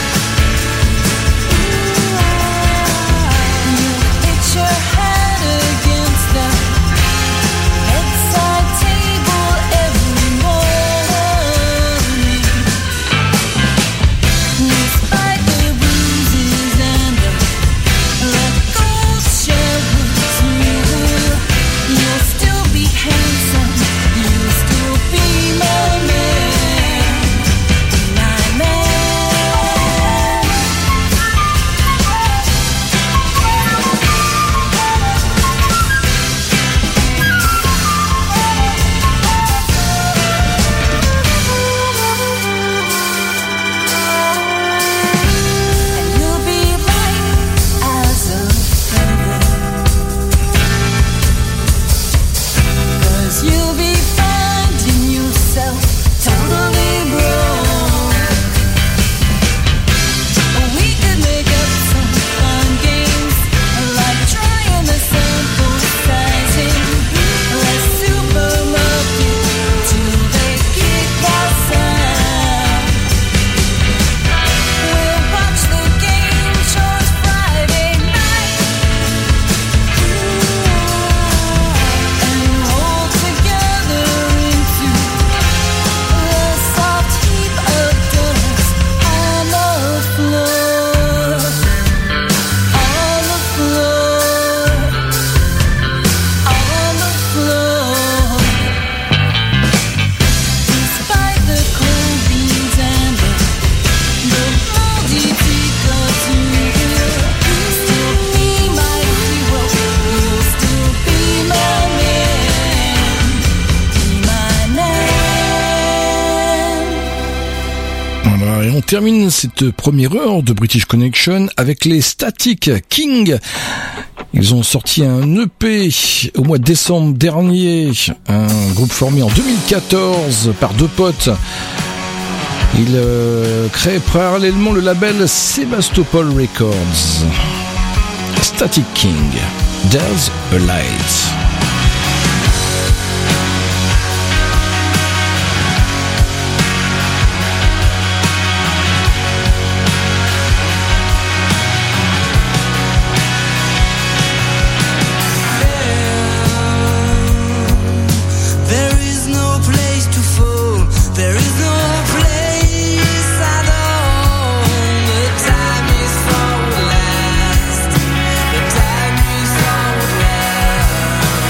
You hit your head against the bedside table every morning. Despite the bruises and the the cold showers, you'll still be handsome. You'll still be my man, my man. And you'll be light as a feather, 'cause you'll be finding yourself totally broke. We could make up some fun games, like trying the sample sizing, like supermarket till they kick us out. We'll watch the game shows Friday night and roll together into the soft heap of dust on the floor, on the floor, on the floor. Despite the cold beans and the the moldy teacups, you'll still be my hero. You'll still be my man, be my man. Voilà, et on termine cette première heure de British Connection avec les Static King. Ils ont sorti un E P au mois de décembre dernier, un groupe formé en deux mille quatorze par deux potes. Ils euh, créent parallèlement le label Sebastopol Records. Static King, There's a Light. There is no place to fall. There is no place at all. The time is for last. The time is for last.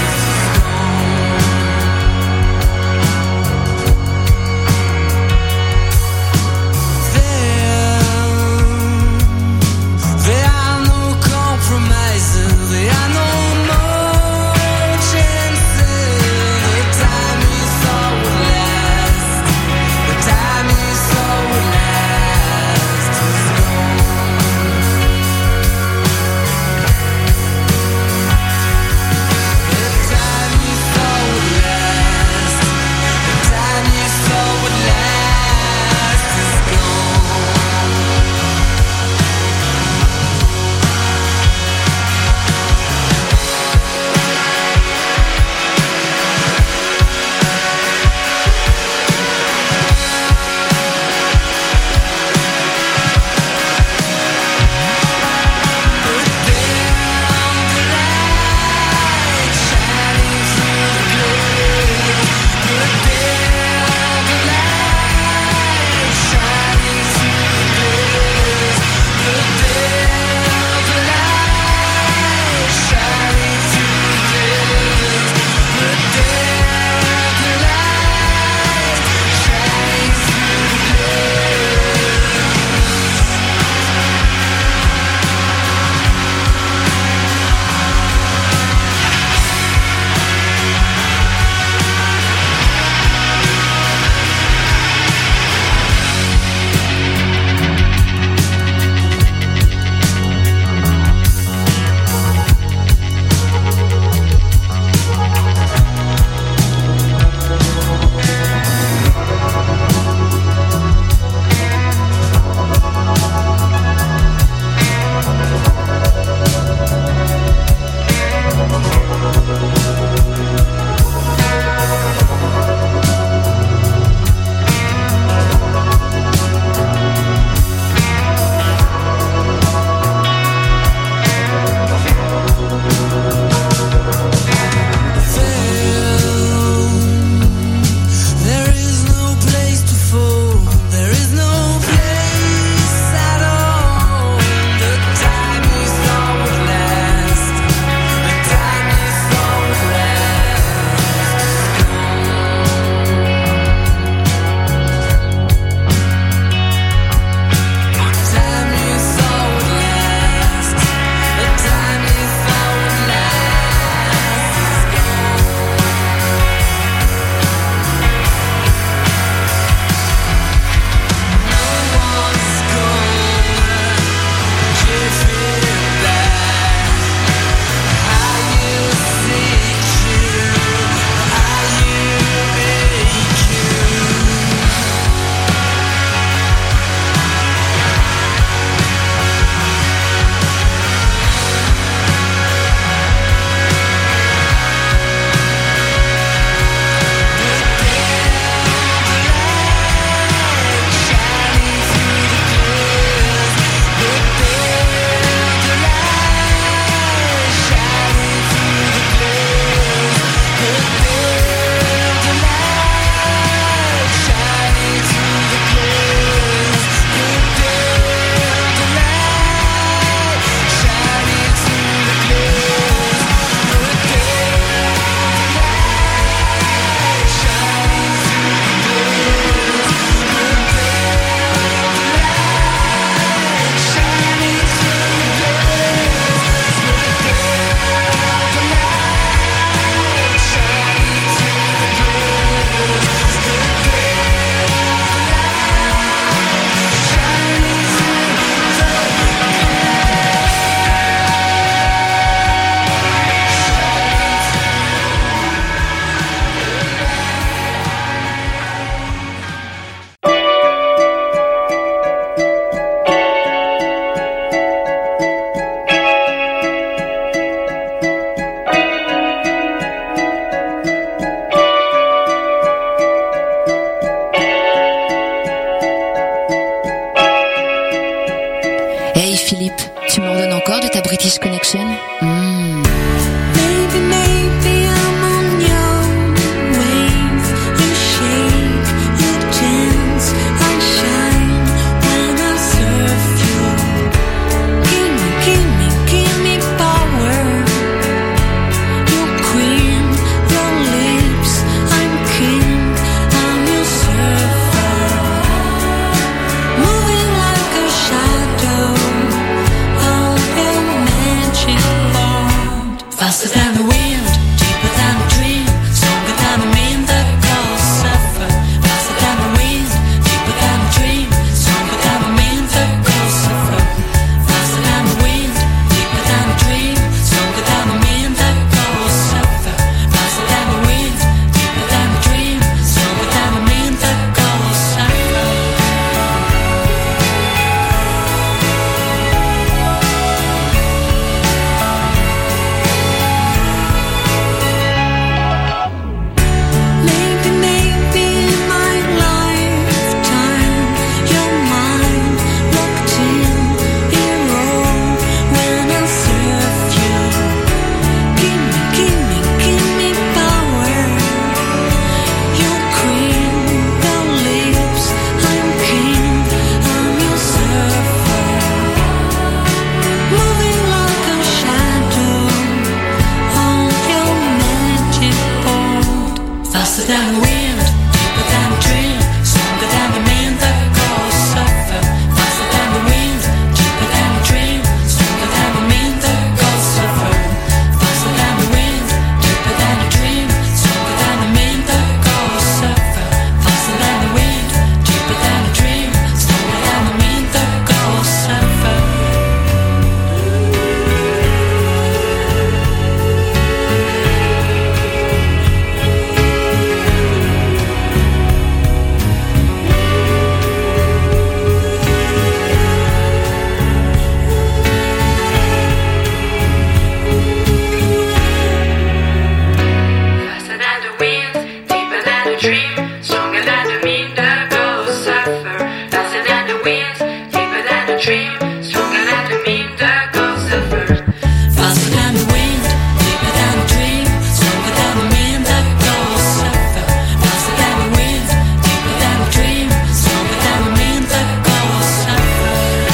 Hey Philippe, tu m'en donnes encore de ta British Connection? Mmh. Maybe, maybe I'm on your wave. You shake, you dance, I shine when I surf you. Give me, give me, give me power. Your queen, your lips, I'm king, I'm your surfer. Moving like a shadow on your magic board. Faster than the wind, deeper than a dream, stronger than the wind that goes suffer. Faster than the wind, deeper than a dream, stronger than the wind that goes suffer. Faster than the wind, deeper than a dream, stronger than the wind that goes suffer. Faster than the wind, deeper than a dream, stronger than the wind that goes suffer. Maybe, maybe in my lifetime, you're mine, locked in, hero, when I surf you. Give me, give me, give me power. Your queen, your lips, I'm king, I'm your surfer. Moving like a shadow on your magic board. Faster than the wind, deeper than a dream, stronger than the wind that goes suffer. Faster than the wind, deeper than a dream, stronger than the wind that goes suffer. Faster than the wind, deeper than a dream, stronger than the wind that goes suffer. Faster than the wind, deeper than a dream, stronger than the wind that goes suffer. Faster than the wind, deeper than a dream, stronger than the wind that goes suffer. Faster than the wind, deeper than a dream, stronger than the wind that goes suffer. Faster than the wind, deeper than a dream, stronger than the wind that goes suffer. Faster than the wind, deeper than a dream, stronger than the wind that goes suffer.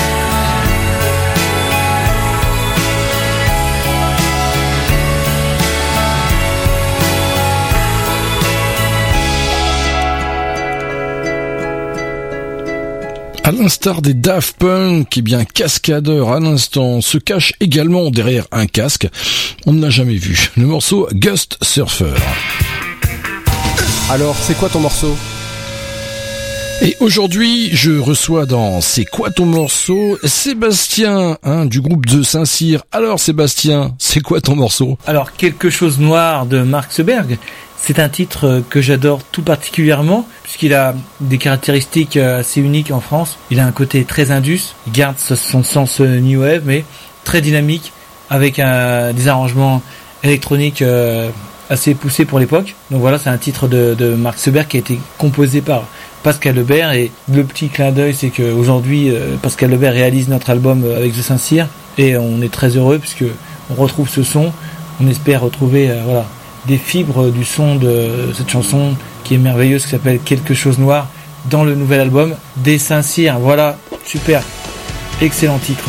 À l'instar des Daft Punk, eh bien Cascadeur à l'instant se cache également derrière un casque. On ne l'a jamais vu. Le morceau Ghost Surfer. Alors, c'est quoi ton morceau? Et aujourd'hui, je reçois dans C'est quoi ton morceau Sébastien, hein, du groupe de Saint-Cyr. Alors Sébastien, c'est quoi ton morceau? Alors, Quelque chose noir de Mark Seberg, c'est un titre que j'adore tout particulièrement, puisqu'il a des caractéristiques assez uniques en France. Il a un côté très indus, il garde son sens new wave, mais très dynamique, avec un, des arrangements électroniques euh, assez poussés pour l'époque. Donc voilà, c'est un titre de, de Mark Seberg qui a été composé par Pascal Lebert, et le petit clin d'œil, c'est qu'aujourd'hui, euh, Pascal Lebert réalise notre album avec The Saint-Cyr, et on est très heureux puisque on retrouve ce son. On espère retrouver euh, voilà, des fibres du son de cette chanson qui est merveilleuse, qui s'appelle Quelque chose noir, dans le nouvel album des Saint-Cyr. Voilà, super, excellent titre.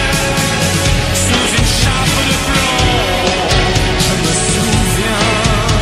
Sous une chape de plomb, je me souviens.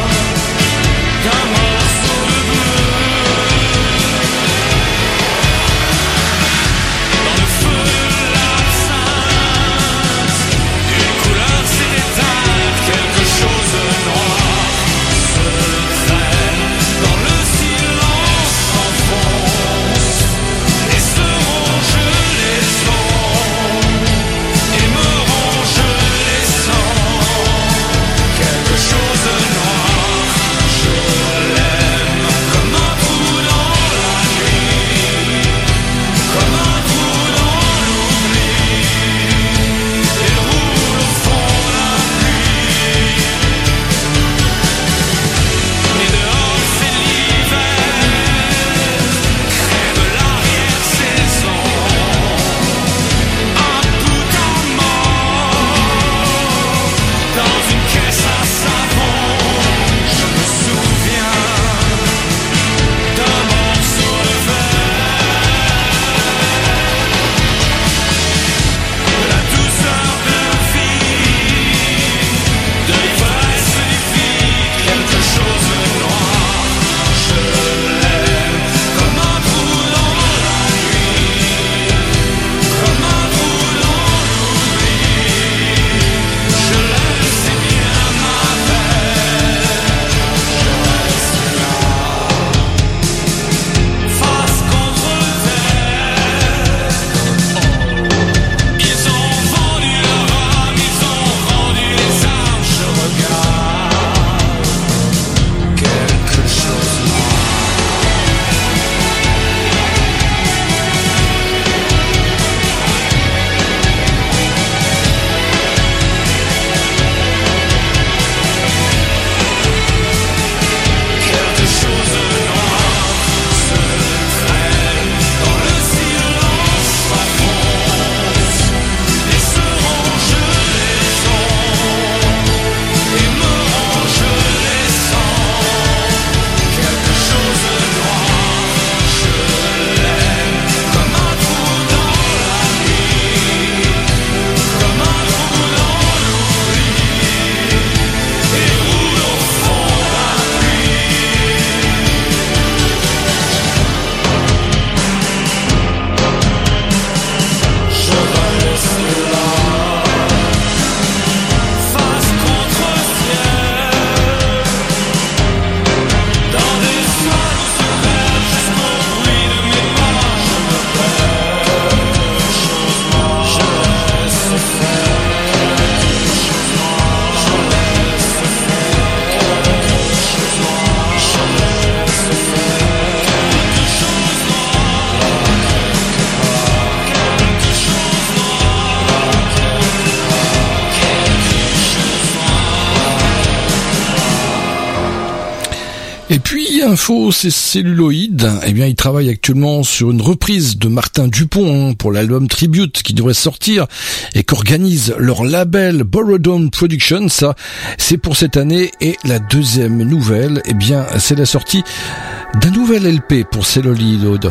Et puis, info, c'est Celluloid. Eh bien, il travaille actuellement sur une reprise de Martin Dupont, hein, pour l'album Tribute qui devrait sortir et qu'organise leur label Borrowed Production. Ça, c'est pour cette année. Et la deuxième nouvelle, eh bien, c'est la sortie d'un nouvel L P pour Celluloid.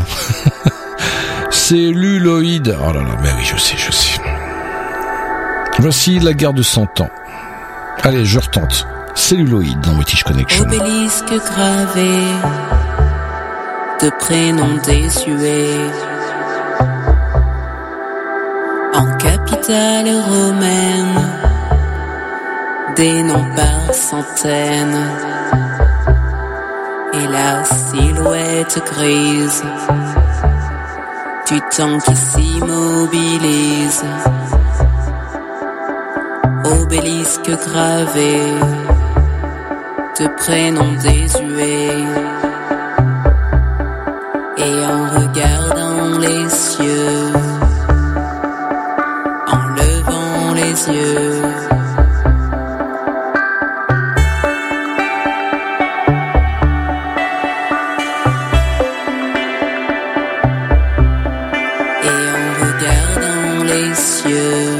Celluloid. Oh là là, mais oui, je sais, je sais. Voici La guerre de cent ans. Allez, je retente. Celluloid dans British Connection. Obélisque gravé de prénoms désuets en capitale romaine, des noms par centaines et la silhouette grise du temps qui s'immobilise. Obélisque gravé de prénoms désuets et en regardant les cieux, en levant les yeux, et en regardant les cieux,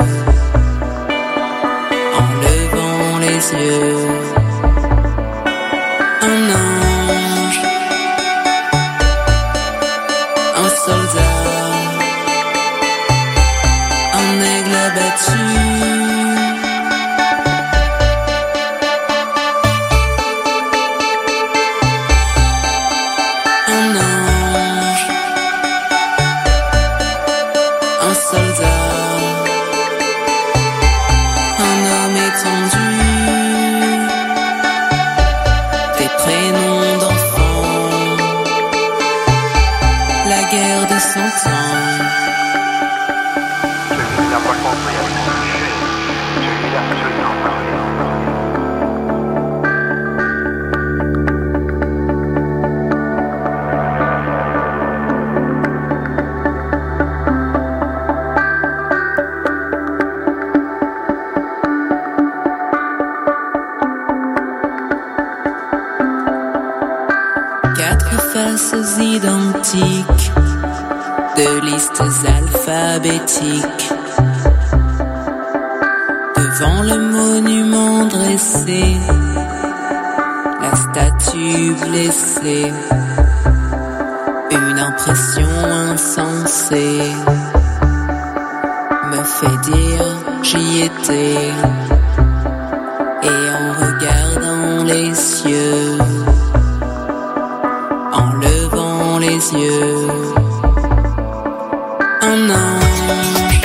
en levant les yeux. Un ange, un soldat, un aigle abattu, un ange, un soldat, un homme étendu. Prénom d'enfant, la guerre de cent ans. Celui qui n'a pas compris a touché, celui-là absolument parlé. Faces identiques de listes alphabétiques devant le monument dressé, la statue blessée, une impression insensée me fait dire j'y étais, et en regardant les cieux, en levant les yeux, un ange,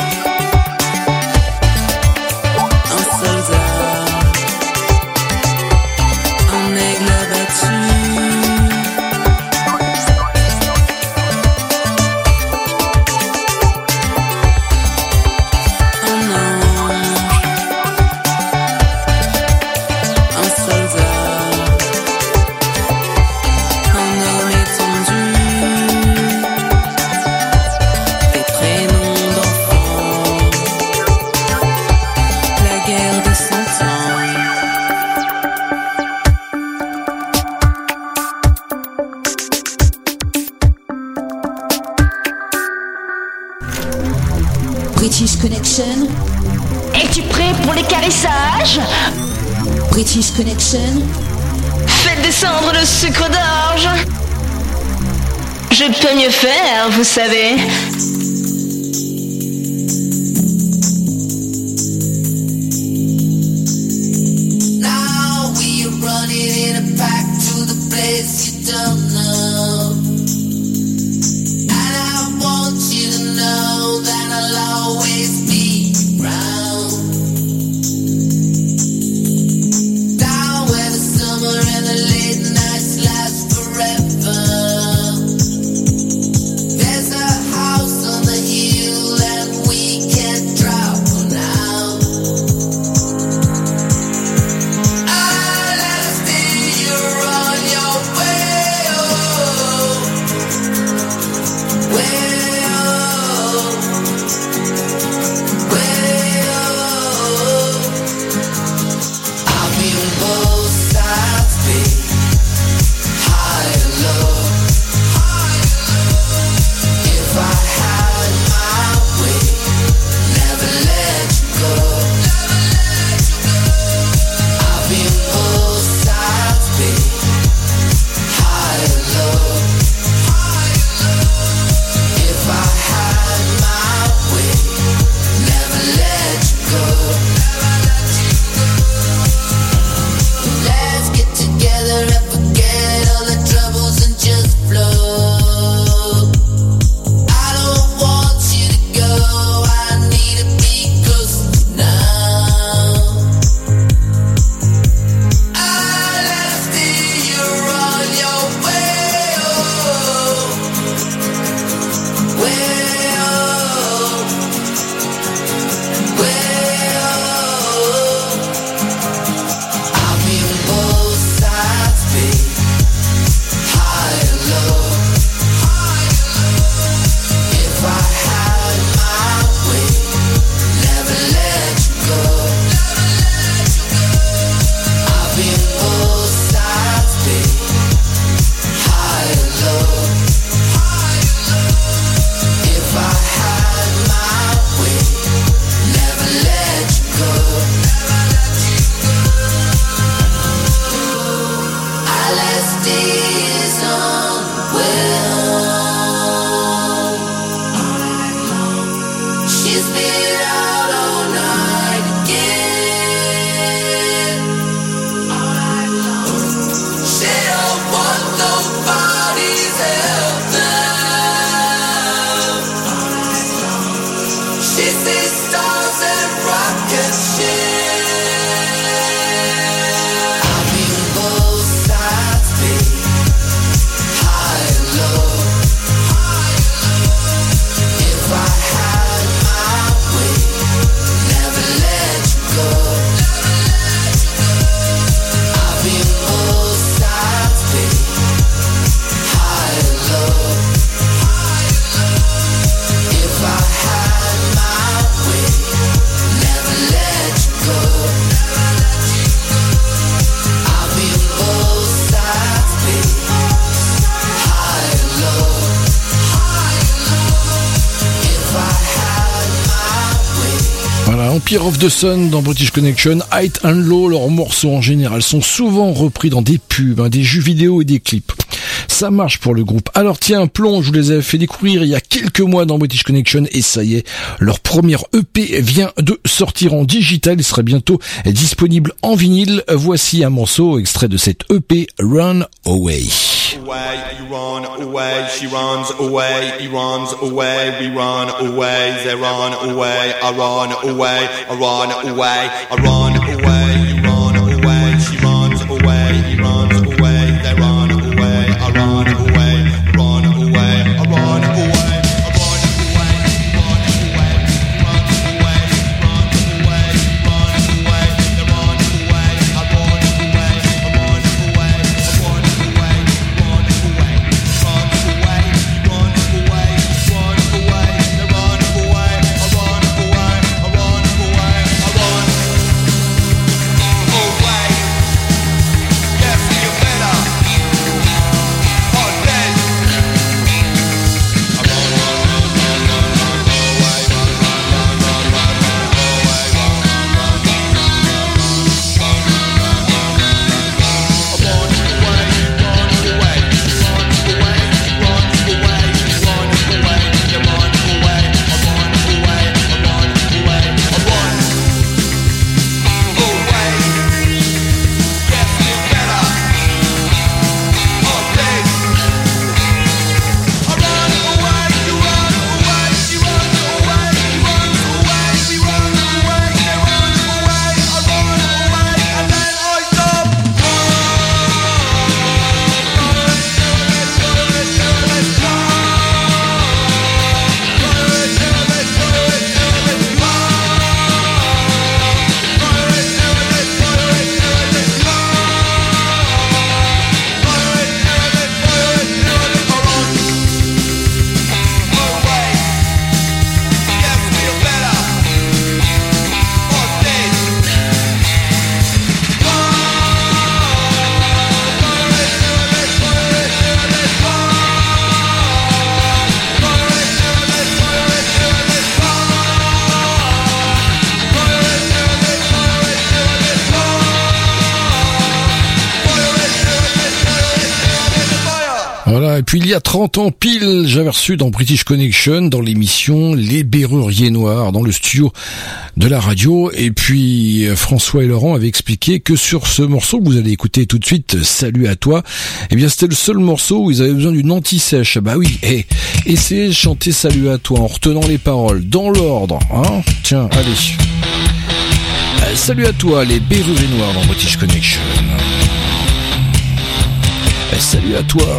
un soldat, un aigle abattu, un ange, un soldat. British Connection. Es-tu prêt pour les caressages? British Connection. Faites descendre le sucre d'orge. Je peux mieux faire, vous savez. Now we are running in a pack to the place you don't know. And I want you to know that I'll always be around. Down where the summer and the late nights last forever. There's a house on the hill and we can't drop now. I'll stay, you're on your way. Spear of the Sun dans British Connection. Height and Low, leurs morceaux en général sont souvent repris dans des pubs, hein, des jeux vidéo et des clips. Ça marche pour le groupe. Alors tiens, Plomb, je vous les ai fait découvrir il y a quelques mois dans British Connection et ça y est, leur première E P vient de sortir en digital. Il sera bientôt disponible en vinyle. Voici un morceau extrait de cette E P, Run Away. Away, you run away, she runs away, he runs away, we run away, they run away, I run away, I run away, I run away, you run away, she runs away, he runs away, they run away, I run away, run away, I run away. Voilà, et puis il y a trente ans pile, j'avais reçu dans British Connection, dans l'émission Les Berruriers Noirs, dans le studio de la radio, et puis François et Laurent avaient expliqué que sur ce morceau que vous allez écouter tout de suite, Salut à toi, eh bien c'était le seul morceau où ils avaient besoin d'une anti-sèche. Bah oui, et essayez de chanter Salut à toi en retenant les paroles, dans l'ordre, hein. Tiens, allez. Euh, salut à toi, les Berruriers Noirs dans British Connection. Eh, salut à toi.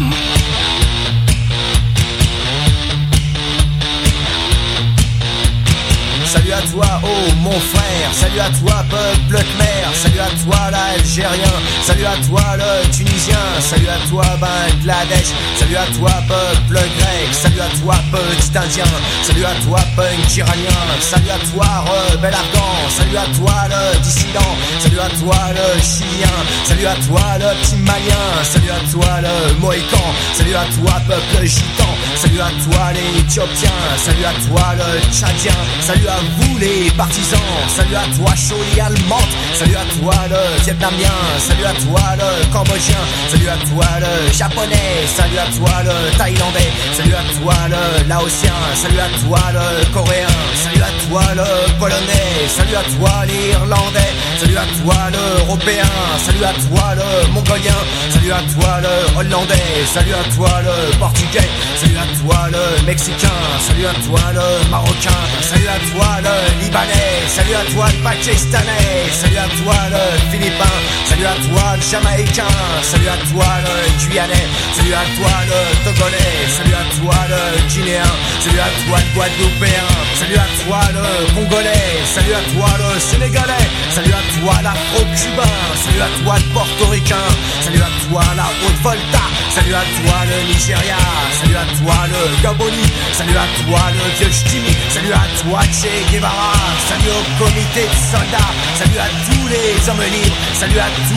Salut à toi, oh mon frère, salut à toi peuple khmer, salut à toi l'Algérien, salut à toi le Tunisien, salut à toi Bangladesh, salut à toi peuple grec, salut à toi petit indien, salut à toi punk iranien, salut à toi rebelle afghan, salut à toi le dissident, salut à toi le chilien, salut à toi le petit malien, salut à toi le mohican, salut à toi peuple gitan, salut à toi les éthiopiens, salut à toi le tchadien, salut à vous les partisans, salut à toi Choli allemande, salut à toi le vietnamien, salut à toi le cambodgien, salut à toi le japonais, salut à toi le thaïlandais, salut à toi le laotien, salut à toi le coréen, salut à toi le polonais, salut à toi l'irlandais, salut à toi l'européen, salut à toi le mongolien, salut à toi le hollandais, salut à toi le portugais, salut à toi le mexicain, salut à toi le marocain, salut à toi le libanais, salut à toi le pakistanais, salut à toi le philippin, salut à toi le jamaïcain, salut à toi le guyanais, salut à toi le togolais, salut à toi le guinéen, salut à toi le guadeloupéen, salut à toi le congolais, salut à toi le sénégalais, salut à toi l'afro-cubain, salut à toi le portoricain, salut à toi la Haute-Volta, salut à toi le Nigeria, salut à toi le Gaboni, salut à toi le vieux Ch'timi, salut à toi Che Guevara, salut au comité de soldats, salut à tous les hommes libres, salut à tous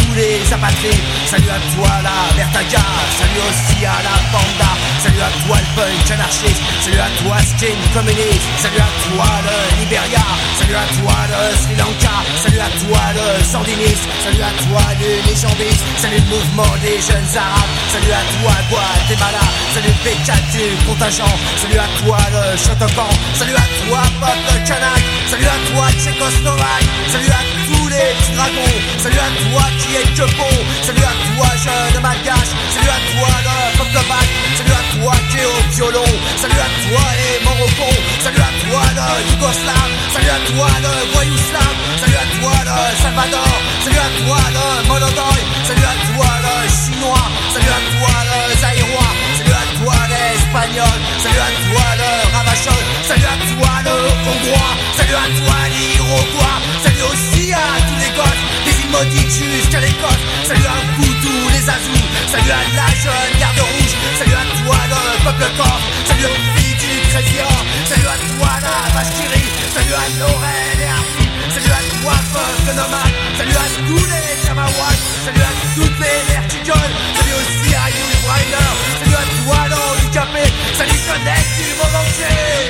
tous les apatrides. Salut à toi la Vertaga, salut aussi à la Panda. Salut à toi le punk anarchiste, salut à toi Skin communiste. Salut à toi le Liberia, salut à toi le Sri Lanka. Salut à toi le sandiniste, salut à toi le légendiste. Salut le mouvement des jeunes arabes, salut à toi Guatemala. Salut le P quatre du contingent, salut à toi le Shotokan. Salut à toi peuple kanak, salut à toi Tchécoslovaque. Salut à tous les petits dragons, salut à toi qui est que bon. Salut à toi jeune malgache, salut à toi le peuple bac. Salut à toi qui est au violon, salut à toi les Morocco. Salut à toi le Yougoslave, salut à toi le Voyouslave. Salut à toi le Salvador, salut à toi le Monodoy. Salut à toi le Chinois, salut à toi le Zaïrois. Salut à toi l'Espagnol, salut à toi le Ravachol. Salut à toi le Hongrois, salut à toi l'Iroquois. Salut aussi à tous les gosses, des îles maudites jusqu'à l'Écosse. Salut à vous tous les Azous, salut à la jeune garde rouge. Salut à toi le peuple corse, salut aux filles du Crésia. Salut à toi la vache qui rit, salut à Laurel et Arthur. Salut à toi peuple nomade, salut à tous les Kamawats. Salut à toutes les vertigoles, salut aussi à Hugh Briner. Salut à toi l'handicapé, salut jeunesse du monde entier.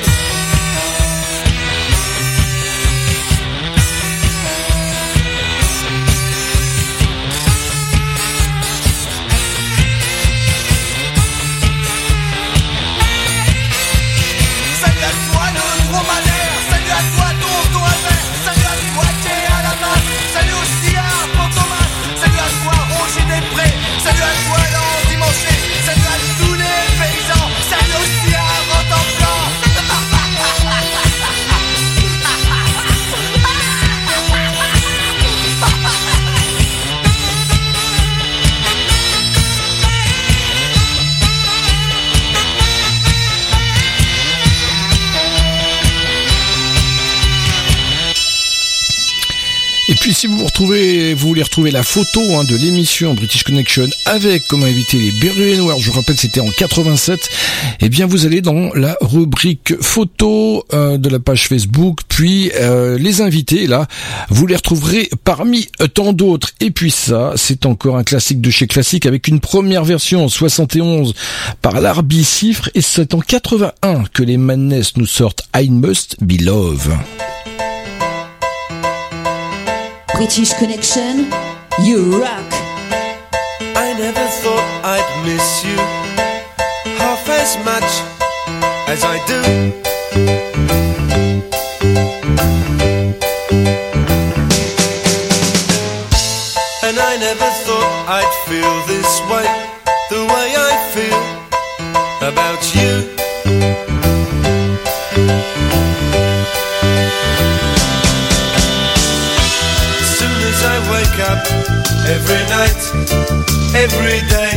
Salut à toi le gros malheur, salut à toi tonton Albert. Salut à toi qui est à la masse, salut aussi à Fantomas. Salut à toi Roger Després, salut à toi l'endimanché. Salut à tous les paysans, salut aussi à Rotterdam. Et puis si vous vous retrouvez, vous voulez retrouver la photo hein, de l'émission British Connection avec comme invité les Berlin Noirs, je vous rappelle c'était en quatre-vingt-sept, eh bien vous allez dans la rubrique photo euh, de la page Facebook, puis euh, les invités là, vous les retrouverez parmi tant d'autres. Et puis ça, c'est encore un classique de chez Classique avec une première version en soixante et onze par l'Arby Cifre, et c'est en quatre-vingt-un que les Madness nous sortent I Must Be Love. British Connection, you rock. I never thought I'd miss you half as much as I do. And I never thought I'd feel this way, the way I feel about you. Wake up every night, every day.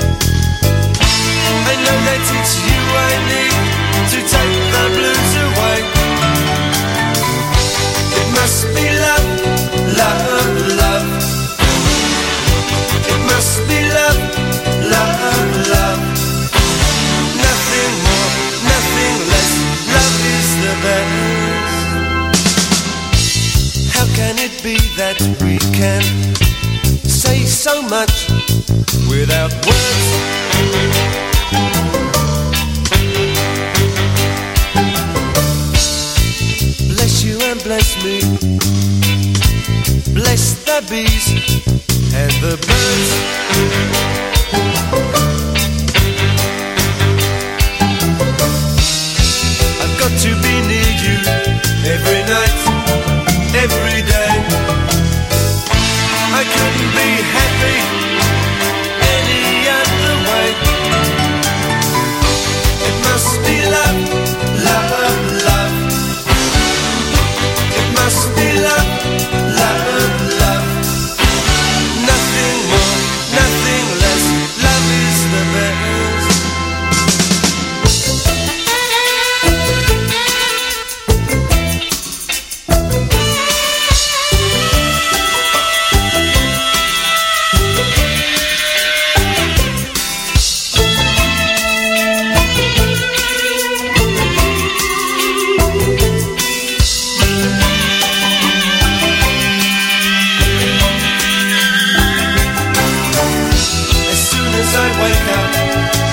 I know that it's you I need to take the blues away. It must be love, love, love. It must be love, love, love. Nothing more, nothing less. Love is the best. How can it be that we can say so much without words? Bless you and bless me, bless the bees and the birds. I've got to be near you every night, every day. I couldn't be happy any other way. It must be love, love, love. It must be love, love, love. Nothing more, nothing less. Love is the best.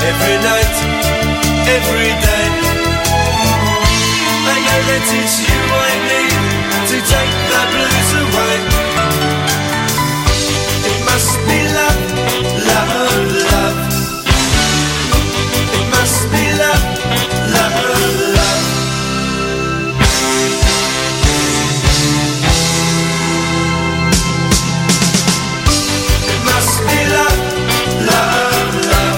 every night, every day. I know that it's you I need to take the blues away. It must be love, love, love. It must be love, love, love. It must be love, love, love.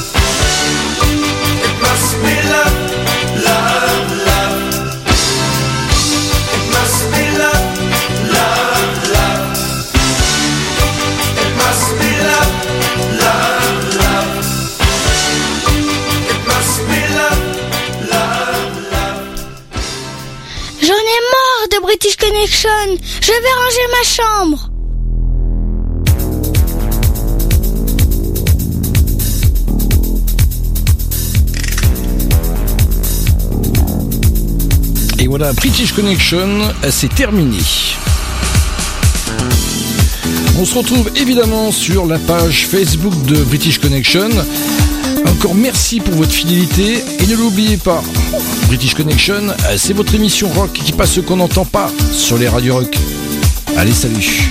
It must be love, love, love. It must be love, love, love. It must be love, love, love. It must be love, love, love. J'en ai marre de British Connection. Je vais ranger ma chambre. Et voilà, British Connection, c'est terminé. On se retrouve évidemment sur la page Facebook de British Connection. Encore merci pour votre fidélité et ne l'oubliez pas, British Connection, c'est votre émission rock qui passe ce qu'on n'entend pas sur les radios rock. Allez, salut.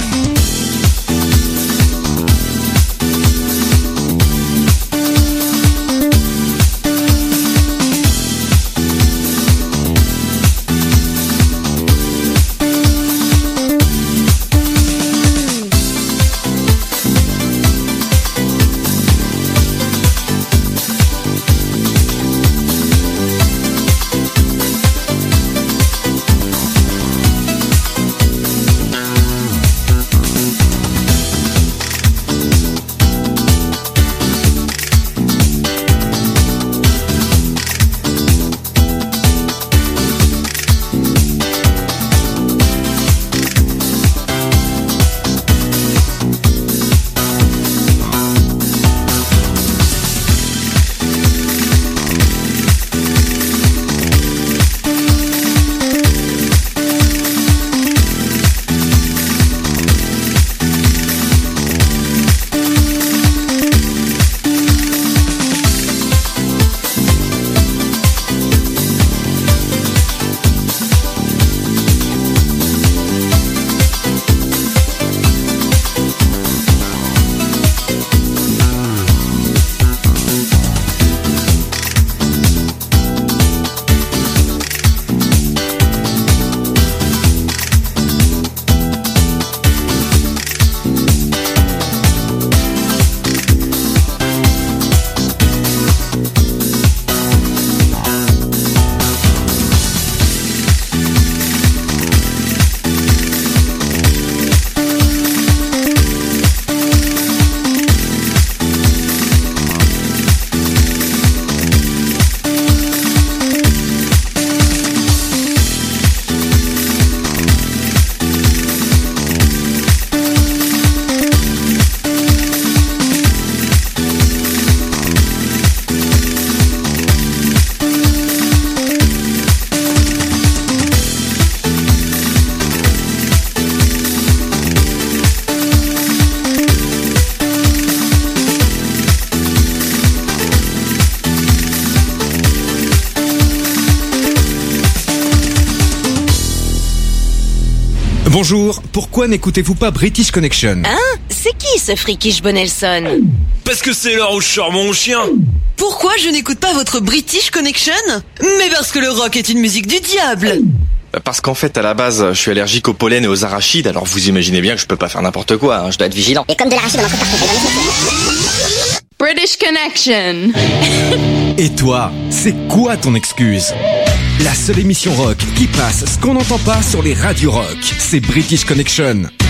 Bonjour, pourquoi n'écoutez-vous pas British Connection? Hein? C'est qui ce Freakish Bonelson? Parce que c'est l'heure où je sors mon chien. Pourquoi je n'écoute pas votre British Connection? Mais parce que le rock est une musique du diable. Parce qu'en fait, à la base, je suis allergique au pollen et aux arachides, alors vous imaginez bien que je peux pas faire n'importe quoi, hein, je dois être vigilant. Et comme de l'arachide, on en trouve partout. British Connection. Et toi, c'est quoi ton excuse? La seule émission rock qui passe ce qu'on n'entend pas sur les radios rock, c'est British Connection.